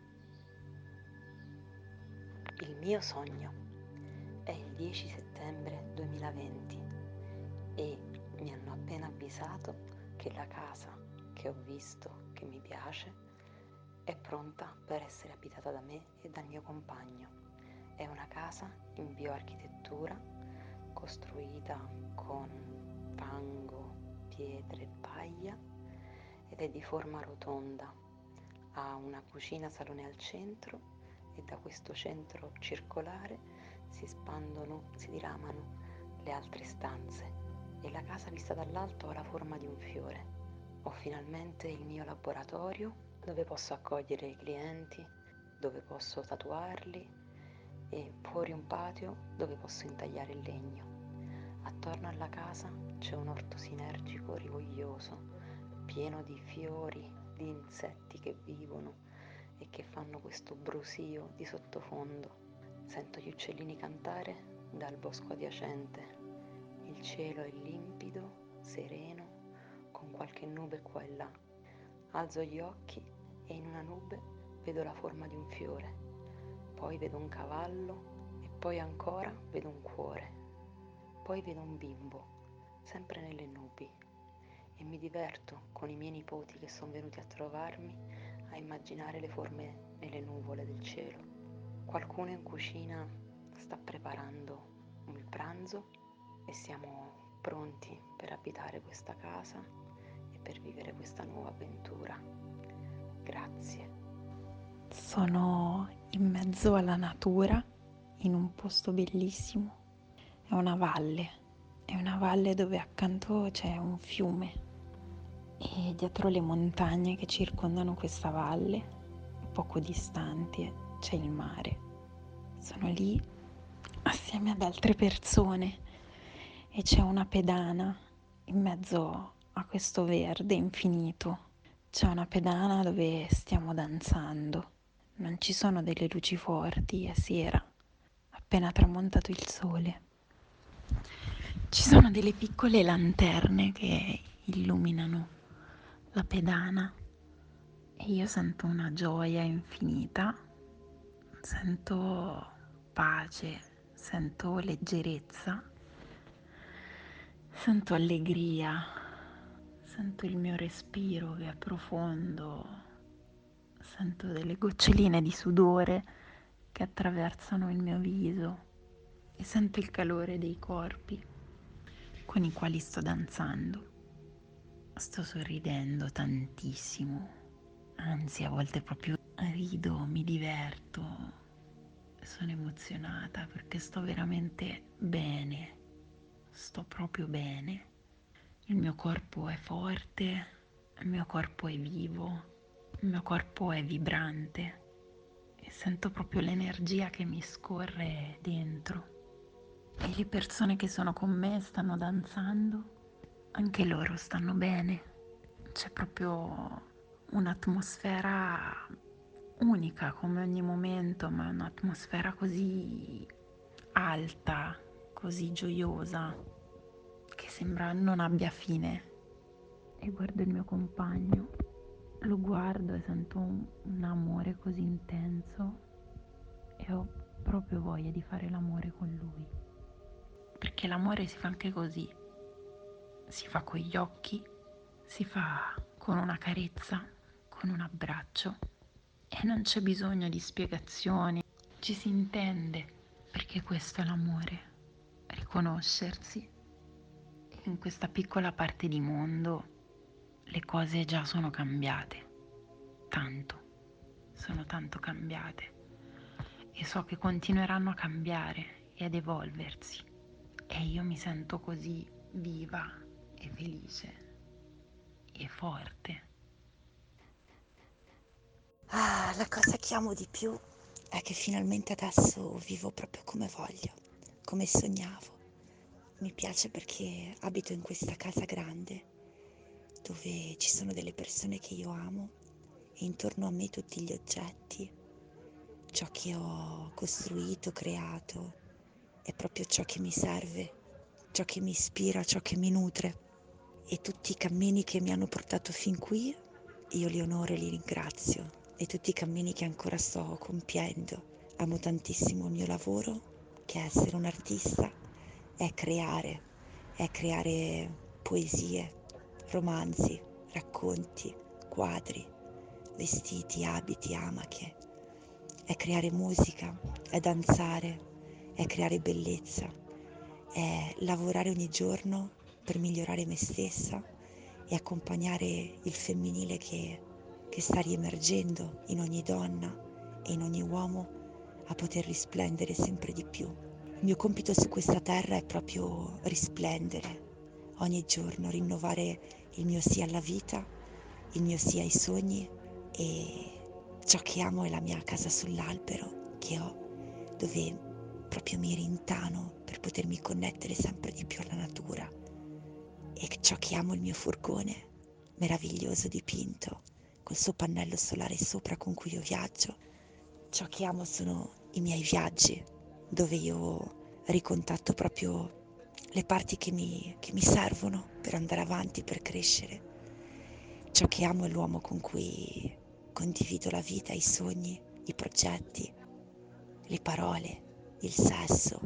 Il mio sogno è il 10 settembre 2020 e mi hanno appena avvisato che la casa che ho visto, che mi piace, è pronta per essere abitata da me e dal mio compagno. È una casa in bioarchitettura costruita con fango, pietre e paglia ed è di forma rotonda. Ha una cucina salone al centro e da questo centro circolare si espandono, si diramano le altre stanze e la casa vista dall'alto ha la forma di un fiore. Ho finalmente il mio laboratorio dove posso accogliere i clienti, dove posso tatuarli e fuori un patio dove posso intagliare il legno. Attorno alla casa c'è un orto sinergico rigoglioso, pieno di fiori, di insetti che vivono e che fanno questo brusio di sottofondo. Sento gli uccellini cantare dal bosco adiacente. Il cielo è limpido, sereno, con qualche nube qua e là. Alzo gli occhi e in una nube vedo la forma di un fiore. Poi vedo un cavallo e poi ancora vedo un cuore. Poi vedo un bimbo, sempre nelle nubi. E mi diverto con i miei nipoti che sono venuti a trovarmi a immaginare le forme nelle nuvole del cielo. Qualcuno in cucina sta preparando il pranzo e siamo pronti per abitare questa casa e per vivere questa nuova avventura. Grazie. Sono in mezzo alla natura, in un posto bellissimo. È una valle dove accanto c'è un fiume e dietro le montagne che circondano questa valle, poco distanti, c'è il mare. Sono lì assieme ad altre persone e c'è una pedana in mezzo a questo verde infinito. C'è una pedana dove stiamo danzando. Non ci sono delle luci forti, è sera, appena tramontato il sole. Ci sono delle piccole lanterne che illuminano la pedana e io sento una gioia infinita, sento pace, sento leggerezza, sento allegria, sento il mio respiro che è profondo, sento delle goccioline di sudore che attraversano il mio viso e sento il calore dei corpi con i quali sto danzando. Sto sorridendo tantissimo, anzi a volte proprio rido, mi diverto, sono emozionata perché sto veramente bene, sto proprio bene, il mio corpo è forte, il mio corpo è vivo, il mio corpo è vibrante e sento proprio l'energia che mi scorre dentro. E le persone che sono con me stanno danzando, anche loro stanno bene. C'è proprio un'atmosfera unica come ogni momento, ma un'atmosfera così alta, così gioiosa, che sembra non abbia fine. E guardo il mio compagno, lo guardo e sento un amore così intenso e ho proprio voglia di fare l'amore con lui. Perché l'amore si fa anche così, si fa con gli occhi, si fa con una carezza, con un abbraccio e non c'è bisogno di spiegazioni, ci si intende, perché questo è l'amore, riconoscersi. E in questa piccola parte di mondo le cose già sono cambiate, sono tanto cambiate e so che continueranno a cambiare e ad evolversi. E io mi sento così viva e felice e forte. La cosa che amo di più è che finalmente adesso vivo proprio come voglio, come sognavo. Mi piace perché abito in questa casa grande dove ci sono delle persone che io amo e intorno a me tutti gli oggetti, ciò che ho costruito, creato, è proprio ciò che mi serve, ciò che mi ispira, ciò che mi nutre. E tutti i cammini che mi hanno portato fin qui, io li onoro e li ringrazio. E tutti i cammini che ancora sto compiendo. Amo tantissimo il mio lavoro, che è essere un artista, è creare poesie, romanzi, racconti, quadri, vestiti, abiti, amache. È creare musica, è danzare, è creare bellezza, è lavorare ogni giorno per migliorare me stessa e accompagnare il femminile che sta riemergendo in ogni donna e in ogni uomo a poter risplendere sempre di più. Il mio compito su questa terra è proprio risplendere ogni giorno, rinnovare il mio sì alla vita, il mio sì ai sogni e ciò che amo è la mia casa sull'albero che ho, dove proprio mi rintano per potermi connettere sempre di più alla natura. E ciò che amo è il mio furgone meraviglioso dipinto col suo pannello solare sopra con cui io viaggio. Ciò che amo sono i miei viaggi dove io ricontatto proprio le parti che mi servono per andare avanti, per crescere. Ciò che amo è l'uomo con cui condivido la vita, i sogni, i progetti, le parole, il sesso,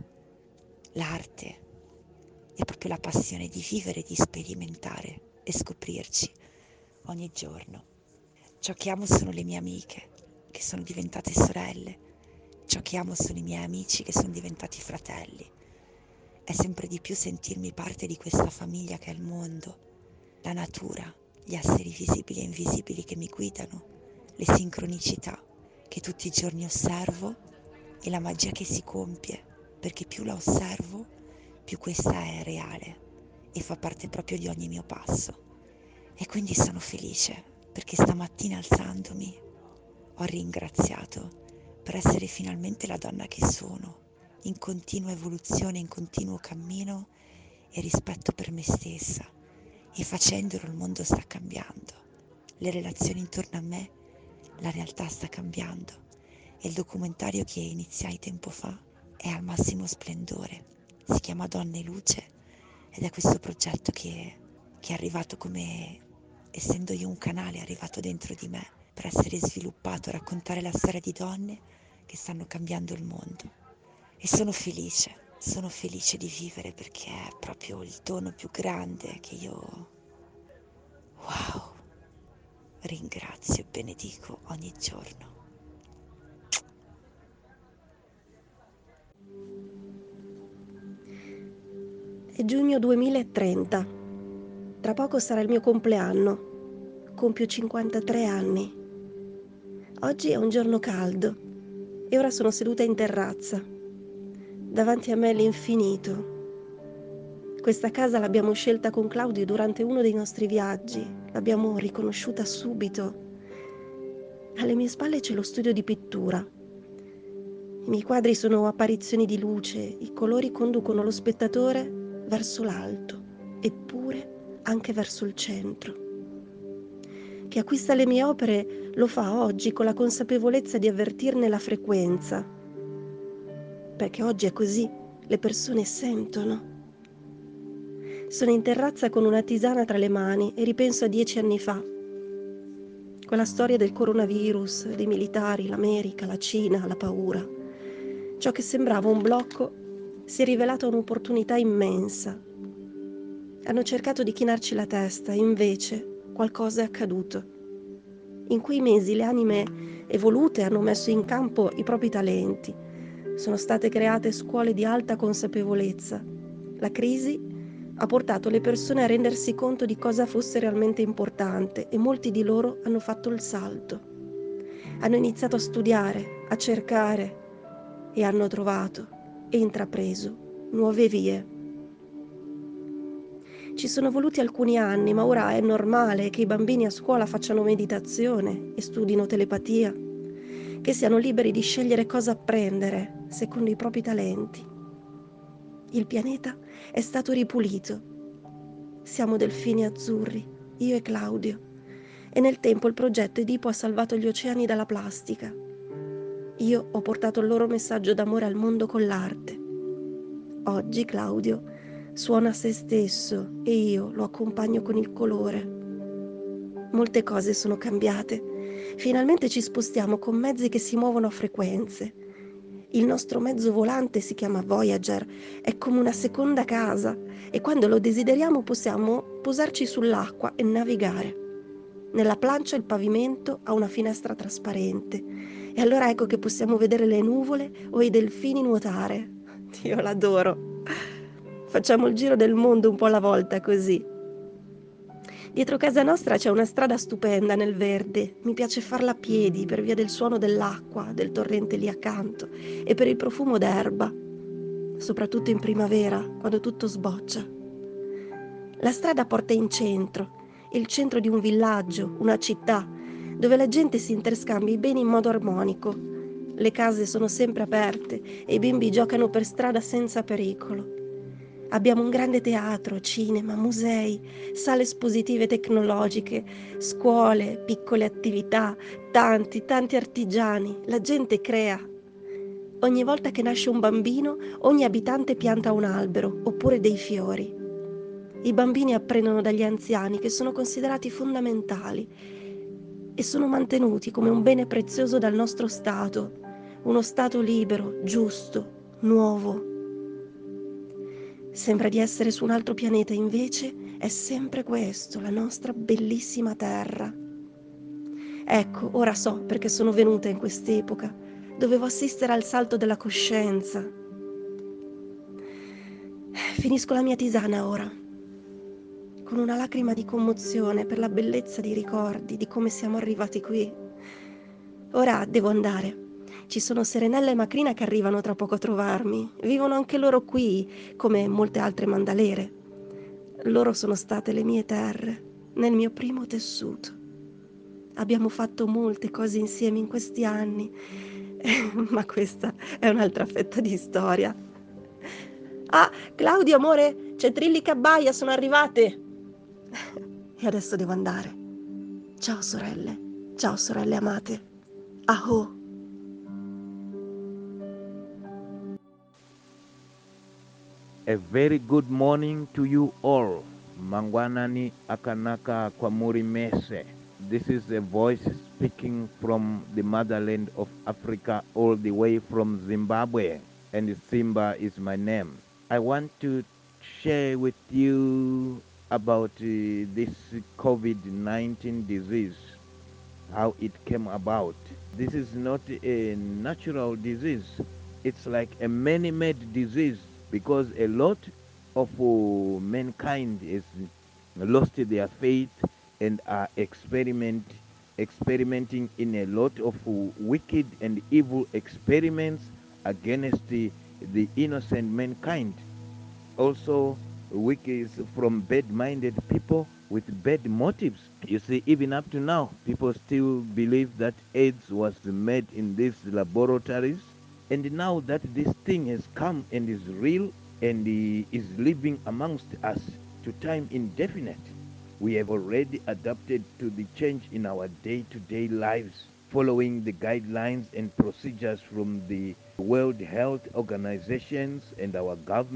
l'arte e proprio la passione di vivere, di sperimentare e scoprirci ogni giorno. Ciò che amo sono le mie amiche, che sono diventate sorelle. Ciò che amo sono i miei amici, che sono diventati fratelli. È sempre di più sentirmi parte di questa famiglia che è il mondo, la natura, gli esseri visibili e invisibili che mi guidano, le sincronicità che tutti i giorni osservo e la magia che si compie, perché più la osservo, più questa è reale e fa parte proprio di ogni mio passo. E quindi sono felice perché stamattina alzandomi ho ringraziato per essere finalmente la donna che sono, in continua evoluzione, in continuo cammino e rispetto per me stessa. E facendolo il mondo sta cambiando, le relazioni intorno a me, la realtà sta cambiando e il documentario che iniziai tempo fa è al massimo splendore. Si chiama Donne e Luce ed è questo progetto che è arrivato come, essendo io un canale, è arrivato dentro di me per essere sviluppato, raccontare la storia di donne che stanno cambiando il mondo. E sono felice di vivere perché è proprio il dono più grande che io, ringrazio e benedico ogni giorno. È giugno 2030. Tra poco sarà il mio compleanno. Compio 53 anni. Oggi è un giorno caldo e ora sono seduta in terrazza. Davanti a me l'infinito. Questa casa l'abbiamo scelta con Claudio durante uno dei nostri viaggi, l'abbiamo riconosciuta subito. Alle mie spalle c'è lo studio di pittura. I miei quadri sono apparizioni di luce, i colori conducono lo spettatore verso l'alto, eppure anche verso il centro. Chi acquista le mie opere lo fa oggi con la consapevolezza di avvertirne la frequenza, perché oggi è così, le persone sentono. Sono in terrazza con una tisana tra le mani e ripenso a 10 anni fa. Quella storia del coronavirus, dei militari, l'America, la Cina, la paura. Ciò che sembrava un blocco si è rivelato un'opportunità immensa. Hanno cercato di chinarci la testa, invece qualcosa è accaduto. In quei mesi le anime evolute hanno messo in campo i propri talenti. Sono state create scuole di alta consapevolezza. La crisi ha portato le persone a rendersi conto di cosa fosse realmente importante e molti di loro hanno fatto il salto. Hanno iniziato a studiare, a cercare e hanno trovato e intrapreso nuove vie. Ci sono voluti alcuni anni, ma ora è normale che i bambini a scuola facciano meditazione e studino telepatia, che siano liberi di scegliere cosa apprendere secondo i propri talenti. Il pianeta è stato ripulito. Siamo delfini azzurri, io e Claudio, e nel tempo il progetto Edipo ha salvato gli oceani dalla plastica. Io ho portato il loro messaggio d'amore al mondo con l'arte. Oggi Claudio suona se stesso e io lo accompagno con il colore. Molte cose sono cambiate. Finalmente ci spostiamo con mezzi che si muovono a frequenze. Il nostro mezzo volante si chiama Voyager, è come una seconda casa e quando lo desideriamo possiamo posarci sull'acqua e navigare. Nella plancia il pavimento ha una finestra trasparente e allora ecco che possiamo vedere le nuvole o i delfini nuotare. Io l'adoro. Facciamo il giro del mondo un po' alla volta così. Dietro casa nostra c'è una strada stupenda nel verde. Mi piace farla a piedi per via del suono dell'acqua, del torrente lì accanto e per il profumo d'erba, soprattutto in primavera, quando tutto sboccia. La strada porta in centro, il centro di un villaggio, una città, dove la gente si interscambia i beni in modo armonico. Le case sono sempre aperte e i bimbi giocano per strada senza pericolo. Abbiamo un grande teatro, cinema, musei, sale espositive tecnologiche, scuole, piccole attività, tanti artigiani. La gente crea. Ogni volta che nasce un bambino, ogni abitante pianta un albero oppure dei fiori. I bambini apprendono dagli anziani che sono considerati fondamentali e sono mantenuti come un bene prezioso dal nostro Stato, uno Stato libero, giusto, nuovo. Sembra di essere su un altro pianeta, invece è sempre questo, la nostra bellissima Terra. Ecco, ora so perché sono venuta in quest'epoca. Dovevo assistere al salto della coscienza. Finisco la mia tisana ora, con una lacrima di commozione per la bellezza dei ricordi, di come siamo arrivati qui. Ora devo andare. Ci sono Serenella e Macrina che arrivano tra poco a trovarmi. Vivono anche loro qui, come molte altre mandalere. Loro sono state le mie terre, nel mio primo tessuto. Abbiamo fatto molte cose insieme in questi anni, ma questa è un'altra fetta di storia. Ah, Claudio, amore, c'è Trilli che abbaia, sono arrivate. E adesso devo andare. Ciao sorelle amate. Aho. A very good morning to you all. Mangwanani Akanaka Kwamuri Mese. This is a voice speaking from the motherland of Africa, all the way from Zimbabwe, and Simba is my name. I want to share with you about this COVID-19 disease, how it came about. This is not a natural disease. It's like a man-made disease, because a lot of mankind is lost their faith and are experimenting in a lot of wicked and evil experiments against the innocent mankind. Also, which is from bad-minded people with bad motives. You see, even up to now, people still believe that AIDS was made in these laboratories. And now that this thing has come and is real and is living amongst us to time indefinite, we have already adapted to the change in our day-to-day lives, following the guidelines and procedures from the World Health Organizations and our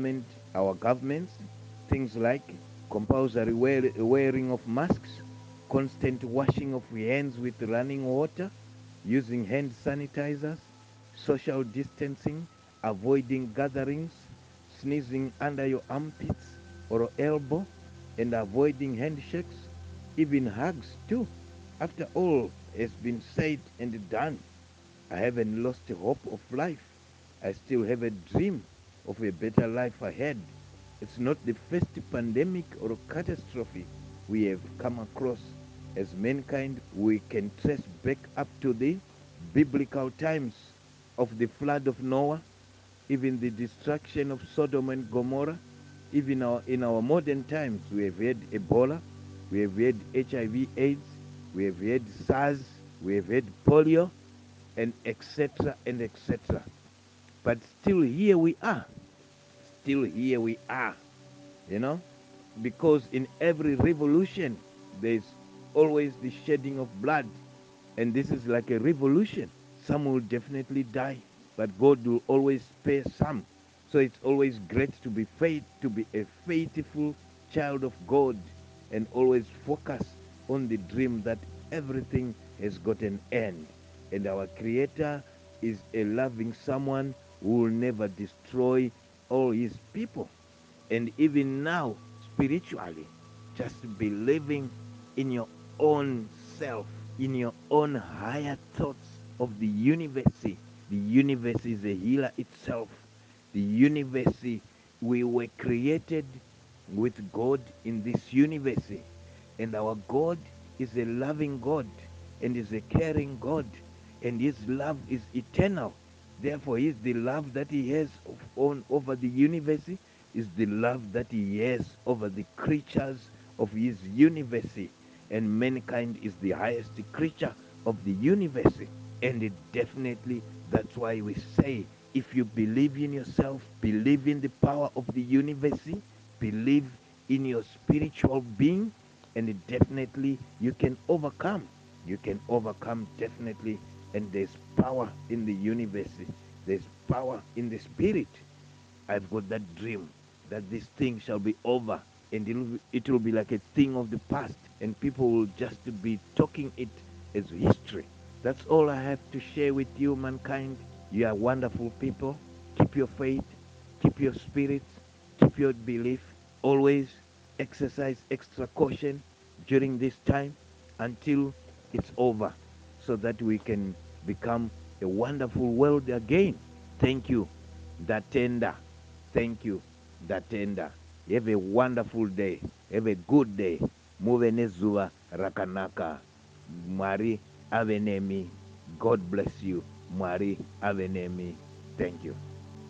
governments, things like compulsory wearing of masks, constant washing of hands with running water, using hand sanitizers, social distancing, avoiding gatherings, sneezing under your armpits or elbow, and avoiding handshakes, even hugs too. After all has been said and done, I haven't lost hope of life. I still have a dream of a better life ahead. It's not the first pandemic or catastrophe we have come across. As mankind, we can trace back up to the biblical times of the flood of Noah, even the destruction of Sodom and Gomorrah. Even in our modern times, we have had Ebola, we have had HIV/AIDS, we have had SARS, we have had polio, and etc. and etc. But still here we are. Still here we are. You know, because in every revolution there's always the shedding of blood, and this is like a revolution. Some will definitely die, but God will always spare some. So it's always great to be a faithful child of God, and always focus on the dream that everything has got an end, and our Creator is a loving someone who will never destroy all his people. And even now, spiritually, just believing in your own self, in your own higher thoughts of the universe. The universe is a healer itself. The universe, we were created with God in this universe. And our God is a loving God and is a caring God. And his love is eternal. Therefore, is the love that he has over the universe, is the love that he has over the creatures of his universe. And mankind is the highest creature of the universe. And it definitely, that's why we say, if you believe in yourself, believe in the power of the universe, believe in your spiritual being, and it definitely you can overcome. You can overcome definitely. And there's power in the universe. There's power in the spirit. I've got that dream that this thing shall be over, and it will be like a thing of the past, and people will just be talking it as history. That's all I have to share with you, mankind. You are wonderful people. Keep your faith, keep your spirits, keep your belief. Always exercise extra caution during this time until it's over, so that we can become a wonderful world again. Thank you, Datenda. Thank you, Datenda. Have a wonderful day. Have a good day. Muve nezuva rakanaka. Mwari avenemi. God bless you. Mwari avenemi. Thank you.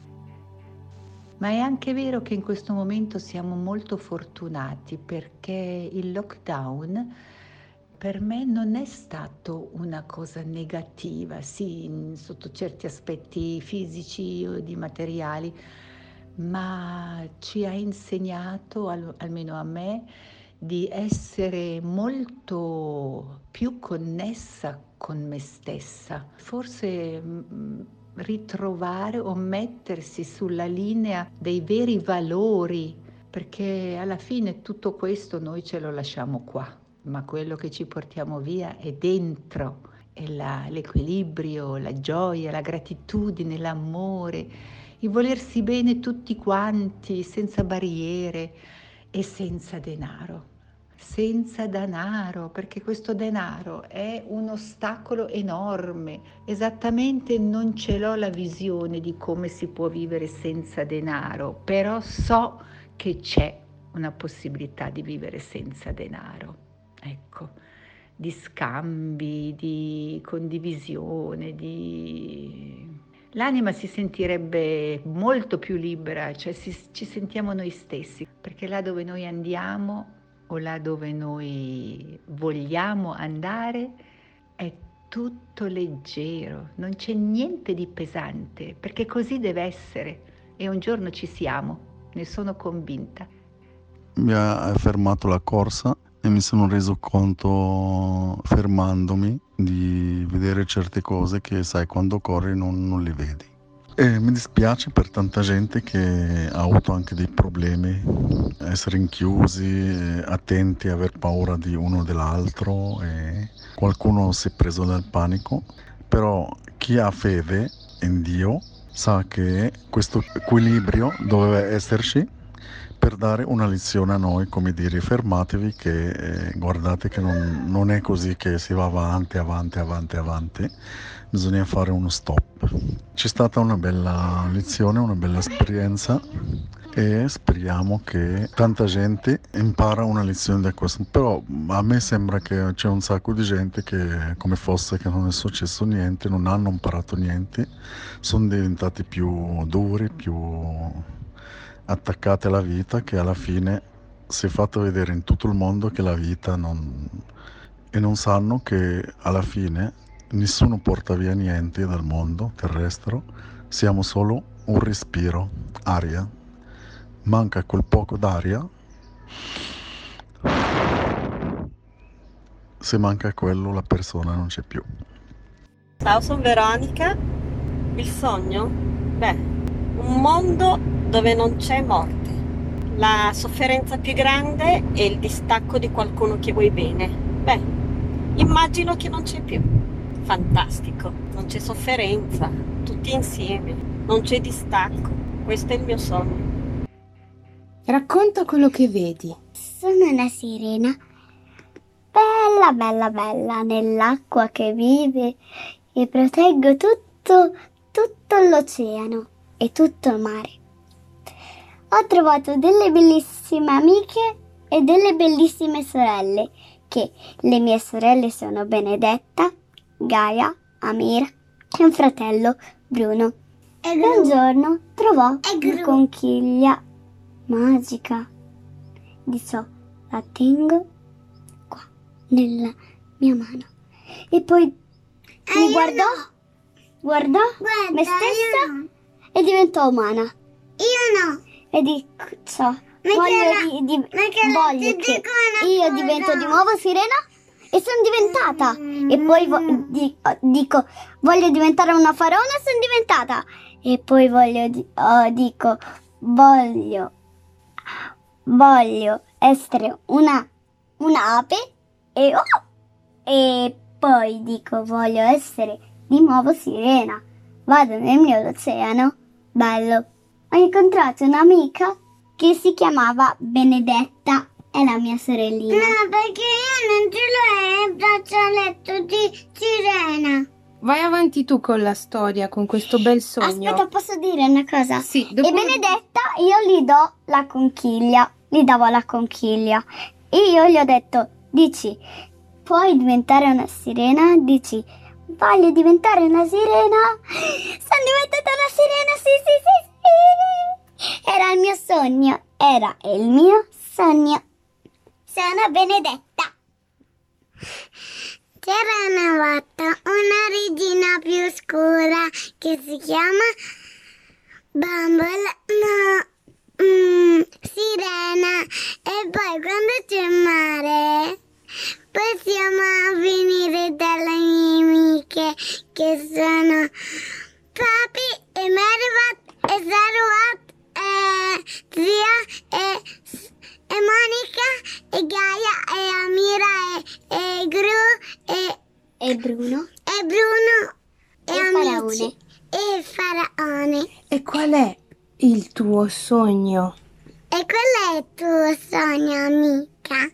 Ma è anche vero che in questo momento siamo molto fortunati, perché il lockdown per me non è stato una cosa negativa, sì, sotto certi aspetti fisici o di materiali, ma ci ha insegnato, almeno a me, di essere molto più connessa con me stessa. Forse ritrovare o mettersi sulla linea dei veri valori, perché alla fine tutto questo noi ce lo lasciamo qua, ma quello che ci portiamo via è dentro, è l'equilibrio, la gioia, la gratitudine, l'amore, il volersi bene tutti quanti, senza barriere e senza denaro. Senza denaro, perché questo denaro è un ostacolo enorme. Esattamente non ce l'ho la visione di come si può vivere senza denaro, però so che c'è una possibilità di vivere senza denaro. Ecco, di scambi, di condivisione, di l'anima si sentirebbe molto più libera, cioè ci sentiamo noi stessi, perché là dove noi andiamo o là dove noi vogliamo andare è tutto leggero, non c'è niente di pesante, perché così deve essere e un giorno ci siamo, ne sono convinta. Mi ha fermato la corsa e mi sono reso conto, fermandomi, di vedere certe cose che, sai, quando corri non le vedi. E mi dispiace per tanta gente che ha avuto anche dei problemi, essere rinchiusi, attenti, aver paura di uno o dell'altro, e qualcuno si è preso dal panico, però chi ha fede in Dio sa che questo equilibrio doveva esserci per dare una lezione a noi, come dire, fermatevi che guardate che non è così che si va avanti, bisogna fare uno stop. C'è stata una bella lezione, una bella esperienza e speriamo che tanta gente impara una lezione da questo, però a me sembra che c'è un sacco di gente che, come fosse che non è successo niente, non hanno imparato niente, sono diventati più duri, più attaccate alla vita, che alla fine si è fatto vedere in tutto il mondo che la vita non sanno che alla fine nessuno porta via niente dal mondo terrestre, siamo solo un respiro, aria, manca quel poco d'aria, se manca quello la persona non c'è più. Ciao, sono Veronica. Il sogno? Beh, un mondo dove non c'è morte. La sofferenza più grande è il distacco di qualcuno che vuoi bene. Beh, immagino che non c'è più. Fantastico, non c'è sofferenza, tutti insieme, non c'è distacco. Questo è il mio sogno. Racconta quello che vedi. Sono una sirena, bella, bella, bella, nell'acqua che vive e proteggo tutto l'oceano e tutto il mare. Ho trovato delle bellissime amiche e delle bellissime sorelle, che le mie sorelle sono Benedetta, Gaia, Amira e un fratello, Bruno. E un giorno trovò una conchiglia magica. La tengo qua, nella mia mano. E poi mi guardò me stessa e diventò umana. Io no. E voglio che io divento di nuovo sirena e sono diventata. E poi voglio diventare una faraona, sono diventata. E poi voglio essere un'ape e poi voglio essere di nuovo sirena. Vado nel mio oceano, bello. Ho incontrato un'amica che si chiamava Benedetta, è la mia sorellina. No, perché io non ce l'ho il braccialetto di sirena. Vai avanti tu con la storia, con questo bel sogno. Aspetta, posso dire una cosa? Sì. E Benedetta, io gli davo la conchiglia. E io gli ho detto, dici, puoi diventare una sirena? Dici, voglio diventare una sirena. Sono diventata una sirena, sì. Era il mio sogno, Sono Benedetta. C'era una volta una regina più scura che si chiama Sirena. E poi quando c'è il mare possiamo venire dalle mie amiche che sono Papi e Mervat e Saruat e Zia e Monica e Gaia e Amira e Gru e Bruno e amici e il faraone. E qual è il tuo sogno? E qual è il tuo sogno, amica?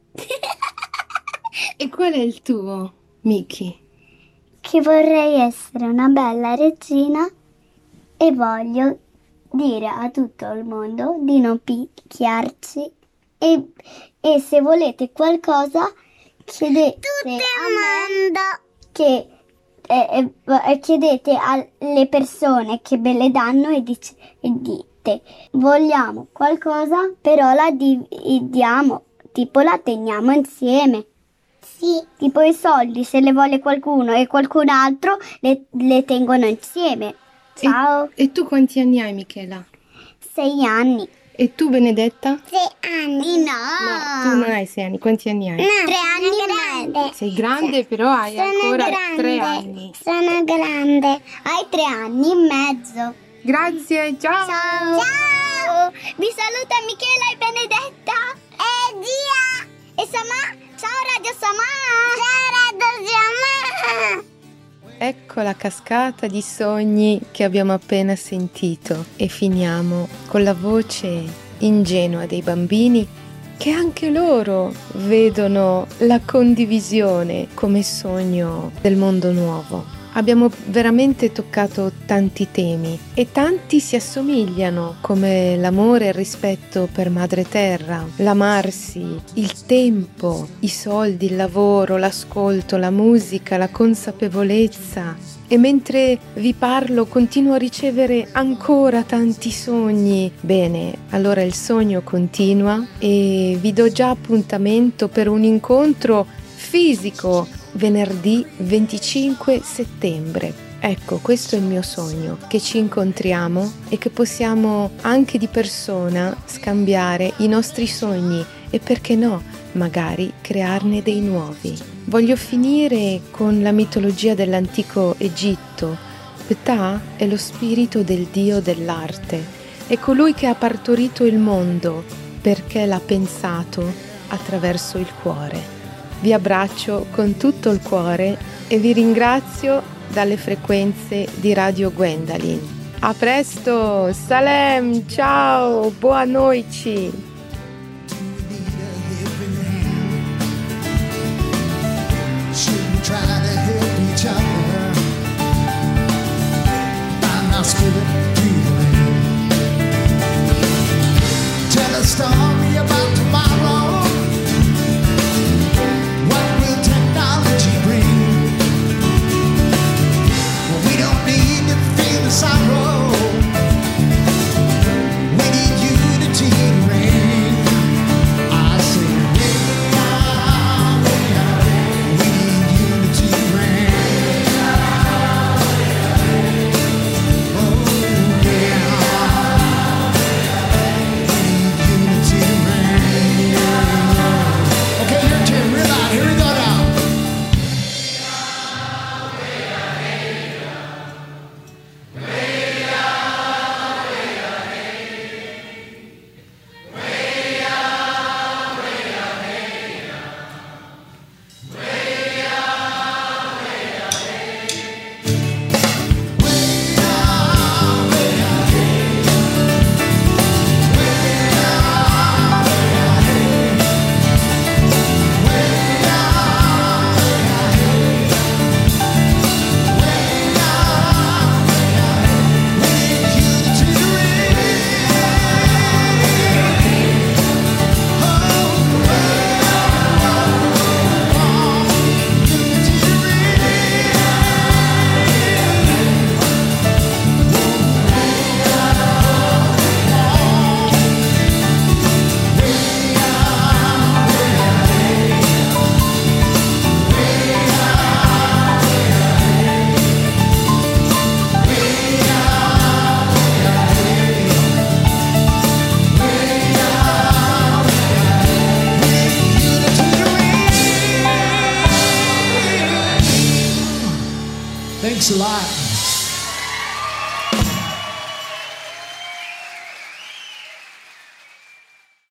E qual è il tuo, Miki? Che vorrei essere una bella regina e voglio dire a tutto il mondo di non picchiarci e se volete qualcosa chiedete a me chiedete alle persone che ve le danno e dite vogliamo qualcosa, però la dividiamo, tipo la teniamo insieme. Sì. Tipo i soldi, se le vuole qualcuno e qualcun altro, le tengono insieme. Ciao. E tu quanti anni hai, Michela? 6 anni. E tu, Benedetta? 6 anni. No, tu non hai 6 anni. Quanti anni hai? 3 anni e mezzo. Sei grande, però hai ancora 3 anni. Sono grande. Hai 3 anni e mezzo. Grazie, ciao. Ciao. Vi saluta Michela e Benedetta. E Gia. E Samà. Ciao Radio Samà. Ciao Radio Samà. Ecco la cascata di sogni che abbiamo appena sentito e finiamo con la voce ingenua dei bambini che anche loro vedono la condivisione come sogno del mondo nuovo. Abbiamo veramente toccato tanti temi e tanti si assomigliano, come l'amore e il rispetto per Madre Terra, l'amarsi, il tempo, i soldi, il lavoro, l'ascolto, la musica, la consapevolezza. E mentre vi parlo continuo a ricevere ancora tanti sogni. Bene, allora il sogno continua e vi do già appuntamento per un incontro fisico venerdì 25 settembre. Ecco, questo è il mio sogno, che ci incontriamo e che possiamo anche di persona scambiare i nostri sogni e perché no, magari crearne dei nuovi. Voglio finire con la mitologia dell'antico Egitto. Ptah è lo spirito del dio dell'arte, è colui che ha partorito il mondo perché l'ha pensato attraverso il cuore. Vi abbraccio con tutto il cuore e vi ringrazio dalle frequenze di Radio Gwendalin. A presto, Salem, ciao, boa noite. Tell a story about tomorrow. What will technology bring? We don't need to feel the sorrow. We need unity to reign. I say, way out, we need unity to reign. Oh, yeah. Unity to reign. Okay, your turn, real loud. Here we go now. Thanks a lot.